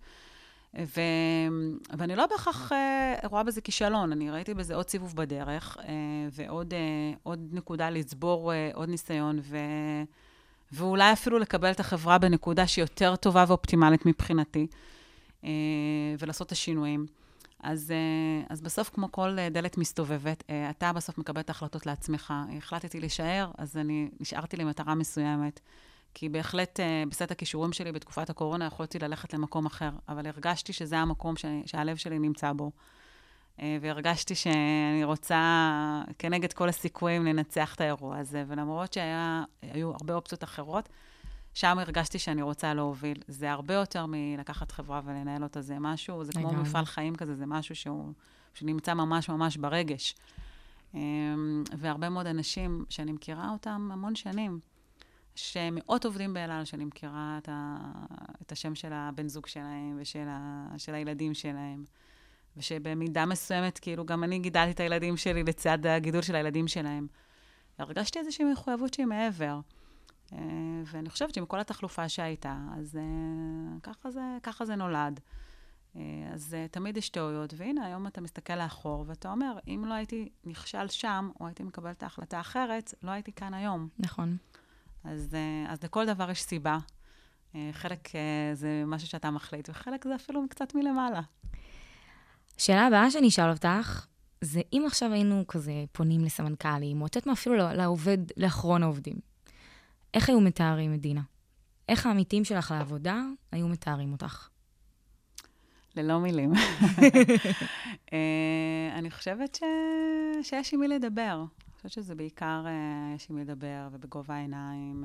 ואני לא בהכרח רואה בזה כישלון, אני ראיתי בזה עוד סיבוב בדרך, ועוד נקודה לצבור עוד ניסיון, ואולי אפילו לקבל את החברה בנקודה שהיא יותר טובה ואופטימלית מבחינתי, ולעשות את השינויים. אז בסוף, כמו כל דלת מסתובבת, אתה בסוף מקבל את ההחלטות לעצמך. החלטתי להישאר, אז אני נשארתי למטרה מסוימת, כי בהחלט בסט הכישורים שלי בתקופת הקורונה יכולתי ללכת למקום אחר, אבל הרגשתי שזה המקום שהלב שלי נמצא בו. והרגשתי שאני רוצה, כנגד כל הסיכויים, לנצח את האירוע הזה, ולמרות שהיו הרבה אופציות אחרות, שם הרגשתי שאני רוצה להוביל. זה הרבה יותר מלקחת חברה ולנהל אותה, זה משהו, זה כמו מפעל חיים כזה, זה משהו שהוא נמצא ממש ממש ברגש. והרבה מאוד אנשים שאני מכירה אותם המון שנים, שמאות עובדים באל על, שאני מכירה את השם של הבן זוג שלהם ושל הילדים שלהם, ושבמידה מסוימת, כאילו, גם אני גידלתי את הילדים שלי לצד הגידול של הילדים שלהם. הרגשתי איזושהי מחויבות שהיא מעבר. ואני חושבת שעם כל התחלופה שהייתה, אז ככה זה נולד. אז תמיד יש טעויות, והנה, היום אתה מסתכל לאחור, ואתה אומר, אם לא הייתי נכשל שם, או הייתי מקבל את ההחלטה אחרת, לא הייתי כאן היום. נכון. אז לכל דבר יש סיבה. חלק זה משהו שאתה מחליט, וחלק זה אפילו קצת מלמעלה. השאלה הבאה שאני אשאל אותך, זה אם עכשיו היינו כזה פונים לסמנכ"לים, או לתת אפילו לעובד, לאחרון העובדים, איך היו מתארים את דינה? איך העמיתים שלך לעבודה היו מתארים אותך? ללא מילים. אני חושבת שיש עם מי לדבר. אני חושבת שזה בעיקר יש עם מי לדבר, ובגובה העיניים.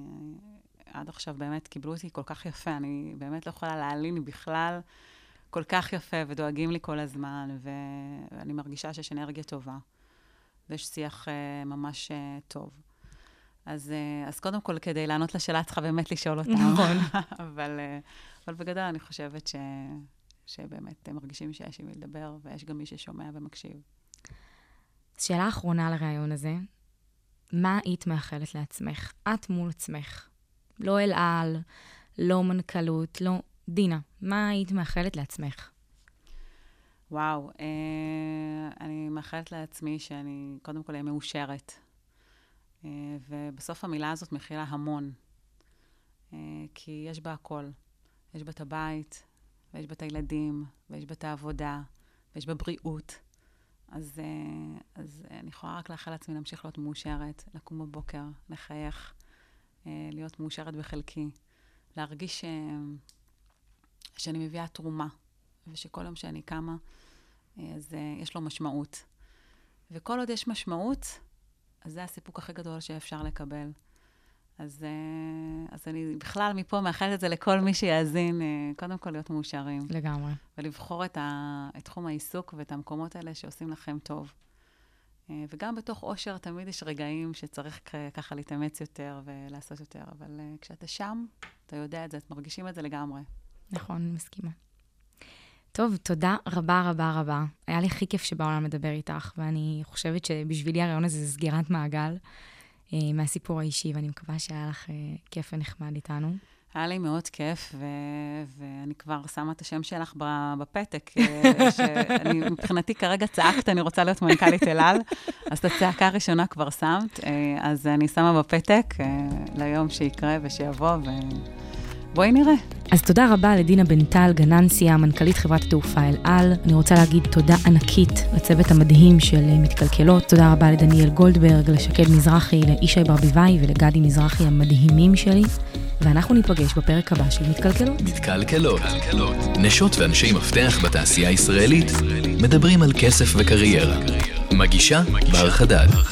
עד עכשיו באמת קיבלו אותי כל כך יפה. אני באמת לא יכולה להעלין בכלל כל כך יפה, ודואגים לי כל הזמן, ואני מרגישה שיש אנרגיה טובה, ויש שיח ממש טוב. אז קודם כל, כדי לענות לשאלה, צריכה באמת לשאול אותם. נכון. אבל בגדול אני חושבת שבאמת הם מרגישים שיש עם מי לדבר, ויש גם מי ששומע ומקשיב. שאלה אחרונה לרעיון הזה, מה היית מאחלת לעצמך? את מול עצמך. לא אל על, לא מנכ"לות, לא דינה. מה היית מאחלת לעצמך? וואו, אני מאחלת לעצמי שאני קודם כל אהיה מאושרת. ובסוף המילה הזאת מכילה המון. כי יש בה הכל. יש בה את הבית, ויש בה את הילדים, ויש בה את העבודה, ויש בה בריאות. אז אני יכולה רק לאחל לעצמי להמשיך להיות מאושרת, לקום בבוקר, לחייך, להיות מאושרת בחלקי, להרגיש שאני מביאה תרומה, ושכל יום שאני קמה, אז יש לו משמעות. וכל עוד יש משמעות, אז זה הסיפוק הכי גדול שאפשר לקבל. אז אני בכלל מפה מאחלת את זה לכל מי שיאזין, קודם כל להיות מאושרים. לגמרי. ולבחור את תחום העיסוק ואת המקומות האלה שעושים לכם טוב. וגם בתוך אושר תמיד יש רגעים שצריך ככה להתאמץ יותר ולעשות יותר, אבל כשאתה שם, אתה יודע את זה, את מרגישים את זה לגמרי. נכון, אני מסכימה. טוב, תודה רבה רבה רבה. היה לי הכי כיף שבעולם לדבר איתך, ואני חושבת שבשבילי הרעיון הזה זה סגירת מעגל מהסיפור האישי, ואני מקווה שהיה לך כיף ונחמד איתנו. היה לי מאוד כיף, ואני כבר שמה את השם שלך בפתק, שאני מבחינתי כרגע צעקת, אני רוצה להיות מנכ"לית אל על, אז את הצעקה הראשונה כבר שמת, אז אני שמה בפתק ליום שיקרה ושיבוא, ובואי נראה. אז תודה רבה לדינה בן-טל, גננסיה, מנכ"לית חברת התעופה אל על. אני רוצה להגיד תודה ענקית לצוות המדהים של מתקלקלות. תודה רבה לדניאל גולדברג, לשקד מזרחי, לאישי ברביבאי ולגדי מזרחי המדהימים שלי. ואנחנו ניפגש בפרק הבא של מתקלקלות. מתקלקלות. נשות ואנשי מפתח בתעשייה הישראלית מדברים על כסף וקריירה. מגישה בר חדד.